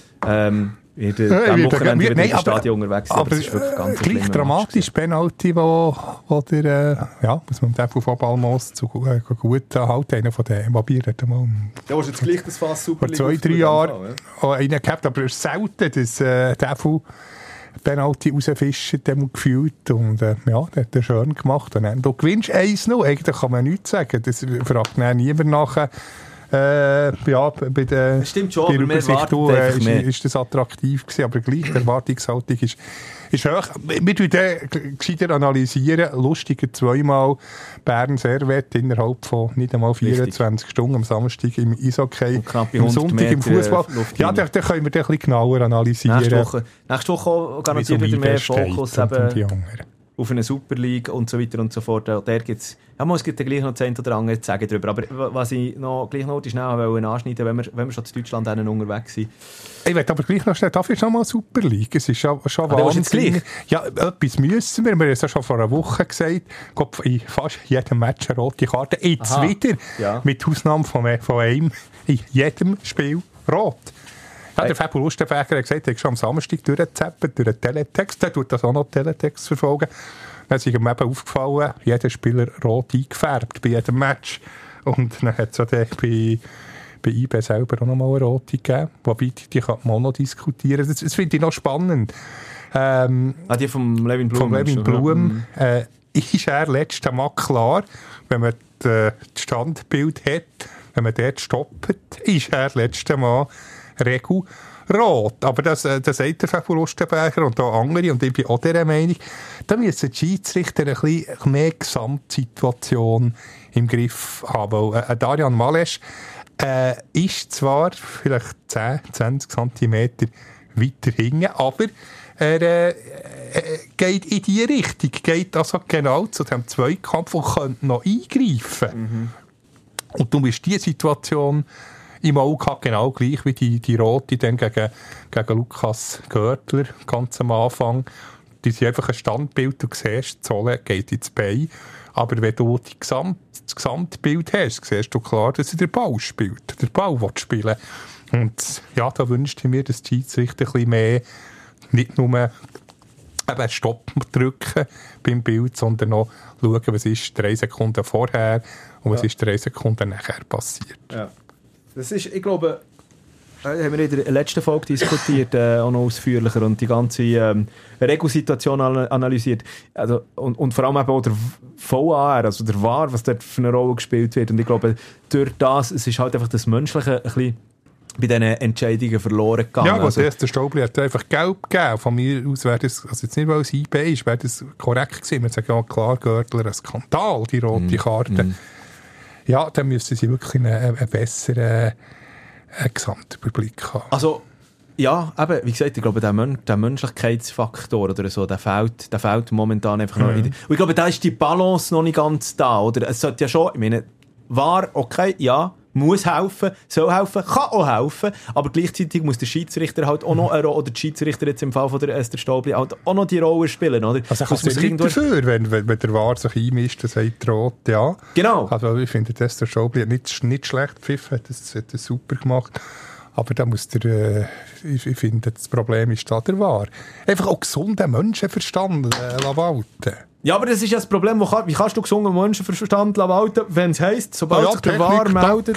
am Wochenende wieder im Stadion unterwegs. Aber es ist wirklich ganz gleich dramatisch Penalty, wo der, muss man dem von Balmos zu gut halten. Einer von den Wabier hat mal da hast du jetzt gleich das Fass Super League vor 2-3 Jahren einen gehabt, aber es ist selten, dass der von Penalty rausfischen, dem gefühlt. Und der hat er schön gemacht. Und dann, du gewinnst 1-0. Eigentlich kann man nichts sagen. Das fragt niemand nachher. Bei der stimmt schon, aber mehr ist das attraktiv gewesen. Aber gleich, die Erwartungshaltung ist hoch. Wir tun gescheiter analysieren. Lustiger 2-mal Bern-Servet innerhalb von nicht einmal 24 Stunden am Samstag im Eishockey, am Sonntag im Fußball. Ja, da können wir ein bisschen genauer analysieren. Nächste Woche garantiert wieder mehr Fokus auf eine Super League und so weiter und so fort. Da gibt's, es gibt ja gleich noch 10 oder andere zu sagen darüber. Aber was ich gleich noch schnell anschneiden wollte, wenn wir schon zu Deutschland unterwegs sind. Ich will aber gleich noch schnell, dafür ist noch mal Super League. Es ist schon Wahnsinn. Ja, etwas müssen wir. Wir haben es ja schon vor einer Woche gesagt. In fast jedem Match eine rote Karte. Jetzt wieder. Ja. Mit Ausnahme von einem. In jedem Spiel rot. Ja, der Fabio Lustenberger hat gesagt, er ist schon am Samstag durchgezappelt, durch den Teletext. Der tut das auch noch Teletext verfolgen. Dann ist ihm eben aufgefallen, jeder Spieler rot eingefärbt bei jedem Match. Und dann hat es bei IB selber auch noch mal eine rote gegeben. Wobei, die kann man auch noch diskutieren. Das finde ich noch spannend. Die vom Levin Blum? Vom Levin Blum. Ist er letztes Mal klar, wenn man das Standbild hat, wenn man dort stoppt, ist er letztes Mal Regel rot. Aber das sagt der Fabio Lustenberger und auch andere, und ich bin auch dieser Meinung, da müssen die Schiedsrichter ein bisschen mehr Gesamtsituation im Griff haben. Weil Darian Malesch ist zwar vielleicht 10, 20 cm weiter hinten, aber er geht in die Richtung, geht also genau zu dem Zweikampf und könnte noch eingreifen. Und du bist diese Situation im Auge gehabt, genau gleich wie die Rote dann gegen Lukas Görtler ganz am Anfang. Die sind einfach ein Standbild, du siehst, die Sohle geht ins Bein. Aber wenn du das Gesamtbild hast, siehst du klar, dass er den Ball spielt. Der Ball will spielen. Und ja, da wünschte ich mir, dass die Schiedsrichter ein bisschen mehr nicht nur eben Stopp drücken beim Bild, sondern auch schauen, was ist 3 Sekunden vorher und was ist 3 Sekunden nachher passiert. Ja. Das ist, ich glaube, haben wir in der letzten Folge diskutiert, auch noch ausführlicher, und die ganze Regelsituation analysiert. Also, und vor allem eben auch der VAR, also der VAR, was dort für eine Rolle gespielt wird. Und ich glaube, durch das, es ist halt einfach das Menschliche ein bisschen bei diesen Entscheidungen verloren gegangen. Ja, aber der Staubli hat einfach gelb gegeben. Von mir aus wäre das, also jetzt nicht, weil es IB ist, wäre das korrekt gewesen. Wir sagen ja klar, Görtler, ein Skandal, die rote Karte. Ja, dann müssten sie wirklich einen besseren Gesamtüberblick haben. Also, ja, eben, wie gesagt, ich glaube, der Menschlichkeitsfaktor oder so, der fehlt momentan einfach noch. Und ich glaube, da ist die Balance noch nicht ganz da, oder? Es sollte ja schon, ich meine, war okay, ja, muss helfen, soll helfen, kann auch helfen, aber gleichzeitig muss der Schiedsrichter halt auch noch, oder die Schiedsrichter jetzt im Fall von der Esther Staubli halt auch noch die Rolle spielen, oder? Also kannst du nicht dafür, wenn der VAR sich einmischt, dann sagt Rot, ja. Genau. Also ich finde, der Esther Staubli hat nicht schlecht gepfiffen, hat das super gemacht. Aber da muss ich finde, das Problem ist da der VAR. Einfach auch gesunden Menschenverstand walten. Ja, aber das ist ja das Problem, wie kannst du gesunden Menschenverstand walten, wenn es heisst, sobald sich der VAR meldet...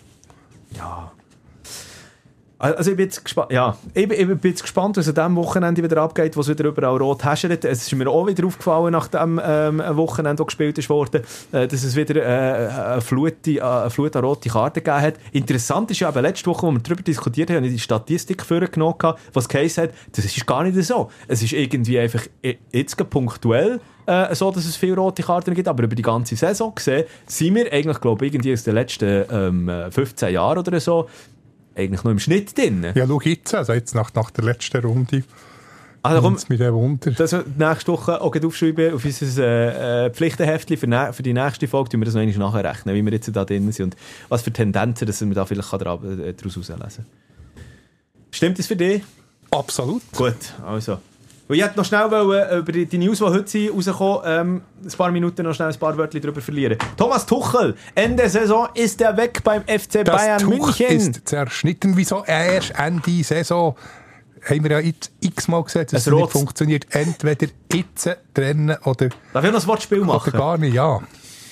Ja. Also ich bin jetzt gespannt, ich bin jetzt gespannt, was an diesem Wochenende wieder abgeht, wo es wieder überall rot häschert. Es ist mir auch wieder aufgefallen, nach dem Wochenende, das gespielt ist worden, dass es wieder eine Flut an rote Karten gegeben hat. Interessant ist ja eben, letzte Woche, wo wir darüber diskutiert haben, habe ich die Statistik vorgenommen, was geheißen hat, das ist gar nicht so. Es ist irgendwie einfach jetzt punktuell so, dass es viele rote Karten gibt, aber über die ganze Saison gesehen, sind wir eigentlich, glaube ich, irgendwie aus den letzten 15 Jahren oder so, eigentlich noch im Schnitt drin. Ja, schau jetzt, also jetzt nach der letzten Runde. Also komm, mit dem Wunder. Das nächste Woche auch aufschreiben auf unser Pflichtenheftchen für die nächste Folge, tun wir das noch einmal nachrechnen, wie wir jetzt da drin sind und was für Tendenzen, dass man da vielleicht daraus herauslesen kann. Stimmt das für dich? Absolut. Gut, also. Und ich wollte noch schnell über die News, die heute rauskommen, ein paar Minuten noch schnell ein paar Wörter darüber verlieren. Thomas Tuchel, Ende Saison ist er weg beim FC Bayern München. Das Tuch ist zerschnitten. Wieso erst Ende Saison? Haben wir ja jetzt x-mal gesagt, dass es nicht funktioniert. Entweder jetzt trennen oder... Darf ich noch ein Wortspiel machen? Oder gar nicht, ja.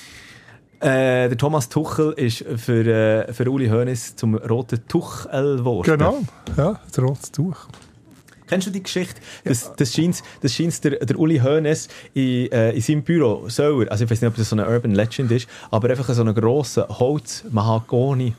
Der Thomas Tuchel ist für Uli Hoeneß zum roten Tuchel geworden. Genau, ja, das rotes Tuch. Kennst du die Geschichte? Das scheint der Uli Hoeneß in seinem Büro selber, also ich weiß nicht, ob das so eine Urban Legend ist, aber einfach so einen grossen Holz-Mahagoni,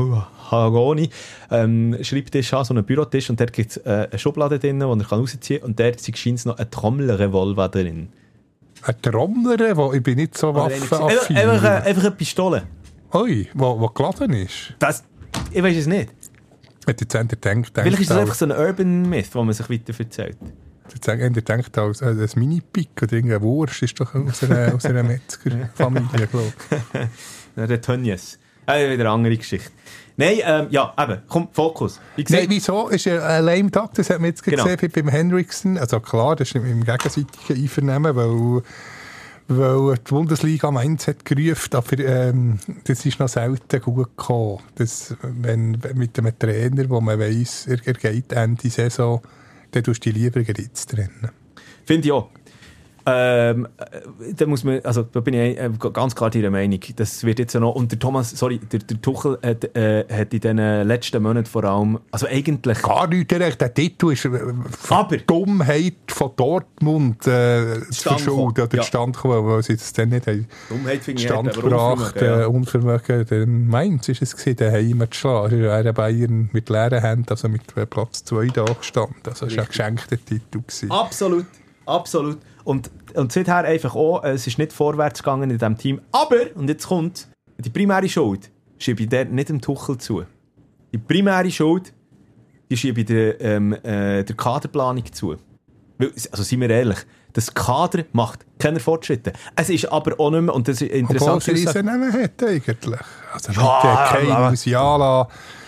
Schreibtisch an, so einen Bürotisch, und dort gibt es eine Schublade drin, die er rausziehen kann, und dort scheint noch ein Trommelrevolver drin. Ein Trommelrevolver? Ich bin nicht so waffenaffin. Einfach eine Pistole. Ui, wo geladen ist? Ich weiß es nicht. Vielleicht ist das einfach so ein Urban Myth, den man sich weiter erzählt. Er denkt als ein Mini-Pick oder irgendeine Wurst ist doch aus einer Metzgerfamilie, glaube ich. Der Tönnies. Wieder eine andere Geschichte. Nein, eben, komm, Fokus. Nein, wieso? Ist ein lame Tag, das hat man jetzt gesehen beim Henriksen. Also klar, das ist im gegenseitigen Einvernehmen, weil die Bundesliga Mainz hat gerufen, aber das ist noch selten gut gekommen. Wenn mit einem Trainer, wo man weiss, er geht Ende Saison, dann tust du die lieber jetzt trennen. Finde ich auch. Da muss man, also da bin ich ganz klar Ihrer Meinung. Das wird jetzt noch, und der Tuchel hat in den letzten Monaten vor allem, also eigentlich... Gar nicht, der Titel ist aber Dummheit von Dortmund verschuldet, oder Stand gekommen, weil sie das dann nicht haben. Dummheit finde ich Stand gebracht, Unvermögen, den Mainz ist es gewesen, den Heim zu schlagen. Also der Bayern mit leeren Händen, also mit Platz 2 da gestanden. Also das war ein geschenkter Titel gewesen. Absolut, absolut. Und seither einfach auch, es ist nicht vorwärts gegangen in diesem Team. Aber, und jetzt kommt, die primäre Schuld schiebe ich dort nicht dem Tuchel zu. Die primäre Schuld, die schiebe ich der Kaderplanung zu. Weil, also seien wir ehrlich, das Kader macht keine Fortschritte. Es ist aber auch nicht mehr, und das ist interessant... Obwohl es einen Namen hat eigentlich. Also Kane, Musiala...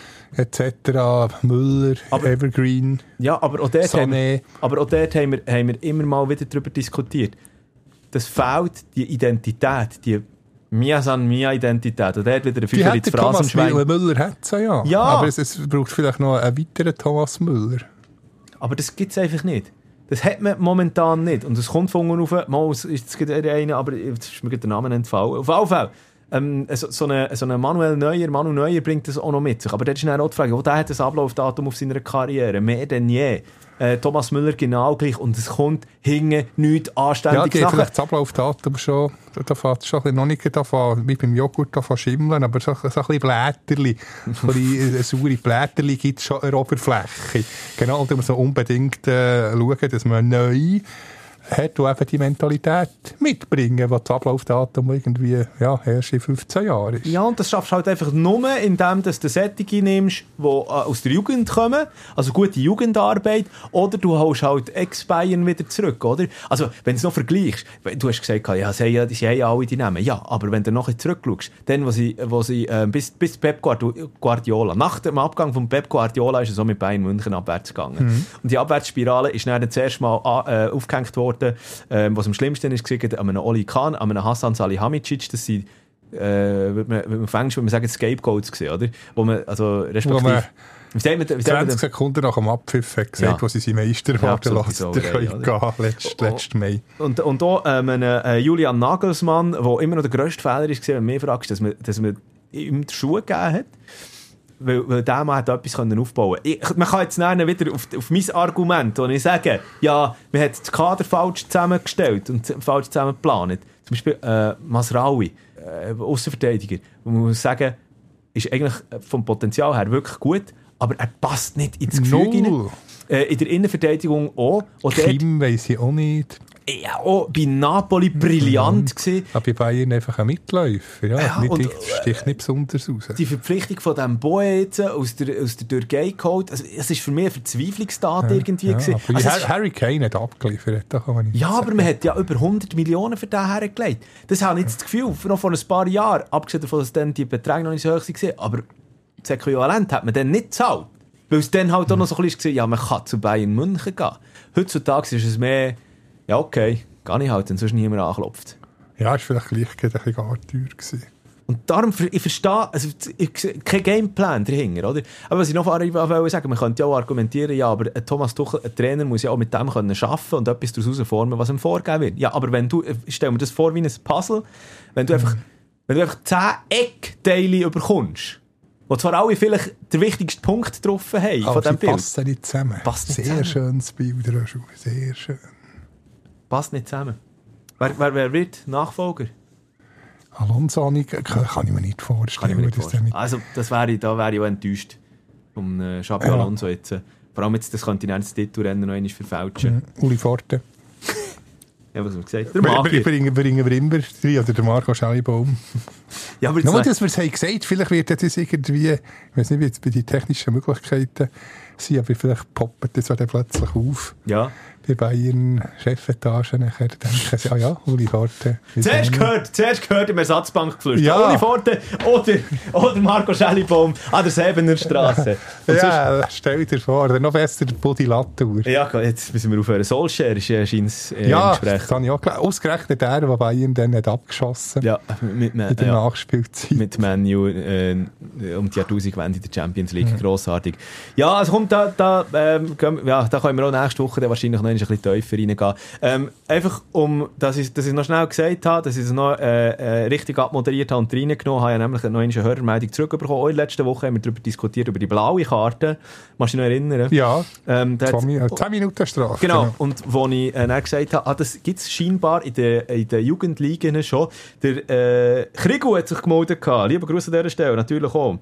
etc. Müller, Evergreen, ja, aber auch dort Sané. haben wir immer mal wieder darüber diskutiert. Das fehlt die Identität, die Mia-San-Mia-Identität. Und dort wieder ein Fünfer ins Phrasenschwein. Müller hat es ja. Ja. Aber es braucht vielleicht noch einen weiteren Thomas Müller. Aber das gibt es einfach nicht. Das hat man momentan nicht. Und es kommt von unten rauf. Mal ist es einer, aber jetzt ist mir der Name entfallen. Auf jeden Fall. So eine Manu Neuer bringt das auch noch mit sich. Aber dort ist dann auch die Frage, der hat das Ablaufdatum auf seiner Karriere, mehr denn je. Thomas Müller genau gleich. Und es kommt hinten nichts Anständiges nachher. Ja, vielleicht das Ablaufdatum schon, da fängt es schon noch nicht davon, wie beim Joghurt davon schimmeln, aber so ein bisschen Blätterli, saure Blätterli gibt es schon an der Oberfläche. Genau, und da muss man unbedingt schauen, dass man neu hat, die eben die Mentalität mitbringen, die das Ablaufdatum irgendwie erst in 15 Jahren ist. Ja, und das schaffst du halt einfach nur, indem du Sättige nimmst, die aus der Jugend kommen, also gute Jugendarbeit, oder du holst halt Ex-Bayern wieder zurück, oder? Also, wenn du es noch vergleichst, du hast gesagt, ja, sie haben ja alle die Namen. Ja, aber wenn du nachher zurückschaust, dann, wo sie bis Pep Guardiola, nach dem Abgang von Pep Guardiola ist es so mit Bayern München abwärts gegangen. Und die Abwärtsspirale ist dann zuerst mal aufgehängt worden, was am schlimmsten ist, an einem Oli Kahn, an einem Hassan Salihamidzic, das sind, würde man auf Englisch sagen, Scapegoats gewesen, oder? Wo man, also, respektive... 20 Sekunden nach dem Abpfiff hat gesagt, wo sie seinen Meister warten lassen. Letzten Mai. Und auch Julian Nagelsmann, der immer noch der grösste Fehler ist, wenn du mich fragst, dass man ihm die Schuhe gegeben hat. Weil der Mann hat etwas aufbauen können. Man kann jetzt wieder auf mein Argument, wo ich sage, ja, man hat das Kader falsch zusammengestellt und falsch zusammengeplant. Zum Beispiel Masraoui, Aussenverteidiger. Man muss sagen, ist eigentlich vom Potenzial her wirklich gut, aber er passt nicht ins Gefüge rein. In der Innenverteidigung auch. Kim weiss ich auch nicht. Ja, auch bei Napoli brillant gewesen. Aber bei Bayern einfach ein Mitläufer. Ja, sticht nicht besonders raus. Die Verpflichtung von diesem Boe jetzt aus der Türkei geholt, also, es ist für mich eine Verzweiflungstat irgendwie gewesen. Also, Harry Kane hat abgeliefert. Aber man hat ja über 100 Millionen für den hergelegt. Das habe ich jetzt das Gefühl, noch vor ein paar Jahren, abgesehen davon, dass dann die Beträge noch nicht so hoch waren, aber das Äquivalent hat man dann nicht gezahlt. Weil es dann halt auch noch so ein bisschen war, ja, man kann zu Bayern München gehen. Heutzutage ist es mehr... Ja, okay, gar nicht halt, wenn sonst niemand anklopft. Ja, es war vielleicht ein bisschen gar teuer gewesen. Und darum, ich verstehe, also, kein Gameplan dahinter, oder? Aber was ich noch vorher sagen, man könnte ja auch argumentieren, ja, aber Thomas Tuchel, ein Trainer, muss ja auch mit dem arbeiten können und etwas daraus formen, was ihm vorgegeben wird. Ja, aber wenn du, stell mir das vor wie ein Puzzle, wenn du einfach 10 Eckteile bekommst, wo zwar alle vielleicht den wichtigsten Punkt getroffen haben von diesem Bild. Passt nicht zusammen. Sehr schönes Bild, sehr schön. Passt nicht zusammen. Wer wird Nachfolger? Alonso kann ich mir nicht vorstellen. Also da wäre ich auch enttäuscht um Xabi Alonso jetzt. Vor allem jetzt das Kontinentstitelrennen noch einmal verfälschen. Uli Forte. Ja, was haben wir gesagt? Der Magier. Bringen wir immer rein, oder der Marco Schellibaum. Ja, aber nur, dass wir es gesagt, vielleicht wird das irgendwie, ich weiß nicht, wie jetzt bei den technischen Möglichkeiten sind, aber vielleicht poppt das dann plötzlich auf. Ja. Bei Bayern Chefetage nachher denken sie, ja, Uli Forte. Zuerst gehört im Ersatzbankgeflüster. Ja. Uli Forte oder Marco Schellibaum an der Sebener Straße. Ja, stell dir vor, oder noch besser der Budi Latour. Ja, jetzt müssen wir aufhören. Solskjaer ist scheint im Gespräch. Das habe ich auch gelernt. Ausgerechnet der Bayern dann hat abgeschossen. Ja, mit der Nachspielzeit. Mit Manu um die Jahrtausendwende in der Champions League. Grossartig. Ja, es kommt da können wir auch nächste Woche dann wahrscheinlich noch ein bisschen tiefer reingehen. Einfach, dass ich noch schnell gesagt habe, dass ich es noch richtig abmoderiert habe und reingenommen habe, nämlich noch eine Hörermeldung zurückbekommen. Auch in der letzten Woche haben wir darüber diskutiert, über die blaue Karte. Kannst du dich noch erinnern? Ja, 10 Minuten Strafe. Genau, und wo ich dann gesagt habe, das gibt es scheinbar in den Jugendligen schon. Der Krigu hat sich gemeldet. Liebe Grüße an dieser Stelle, natürlich auch.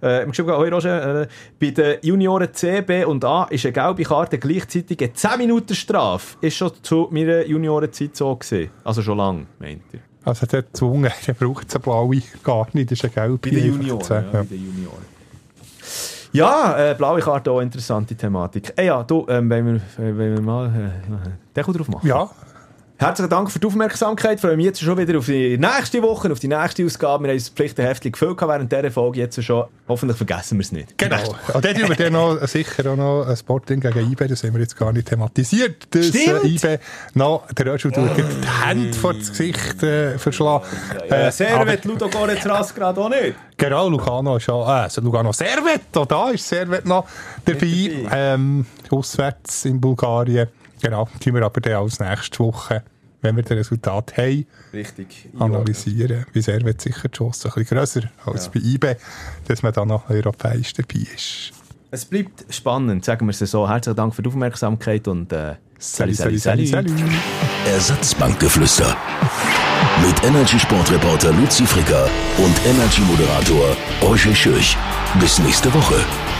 Bei den Junioren C, B und A ist eine gelbe Karte gleichzeitig eine 10 Minuten Strafe. Ist schon zu meiner Juniorenzeit so gewesen. Also schon lange, meint ihr? Also der gezwungen, der braucht eine blaue gar nicht, das ist eine gelbe. Bei den Junioren, bei den Junioren. Ja, blaue Karte auch eine interessante Thematik. Wenn wir mal Deckel drauf machen. Ja. Herzlichen Dank für die Aufmerksamkeit. Ich freue mich jetzt schon wieder auf die nächste Woche, auf die nächste Ausgabe. Wir haben das Pflichtenheftchen gefüllt während dieser Folge jetzt schon. Hoffentlich vergessen wir es nicht. Genau. Und dann tun wir noch, sicher auch noch ein Sporting gegen IB, das haben wir jetzt gar nicht thematisiert. Das IB noch, der Röschel tut die Hände vor das Gesicht verschlagen. Servet, Ludogorets Ras gerade auch nicht. Genau, Lugano ist ja, Lugano Servet, auch da ist Servet noch dabei. Auswärts in Bulgarien. Genau, tun wir aber dann als nächste Woche, wenn wir das Resultat haben, richtig analysieren. Bei Servet sicher die Chance ein bisschen grösser als bei IB, dass man dann noch europäisch dabei ist. Es bleibt spannend, sagen wir es so. Herzlichen Dank für die Aufmerksamkeit und salut. Ersatzbankgeflüster mit Energy-Sportreporter Luzi Fricker und Energy-Moderator Roger Schürch. Bis nächste Woche.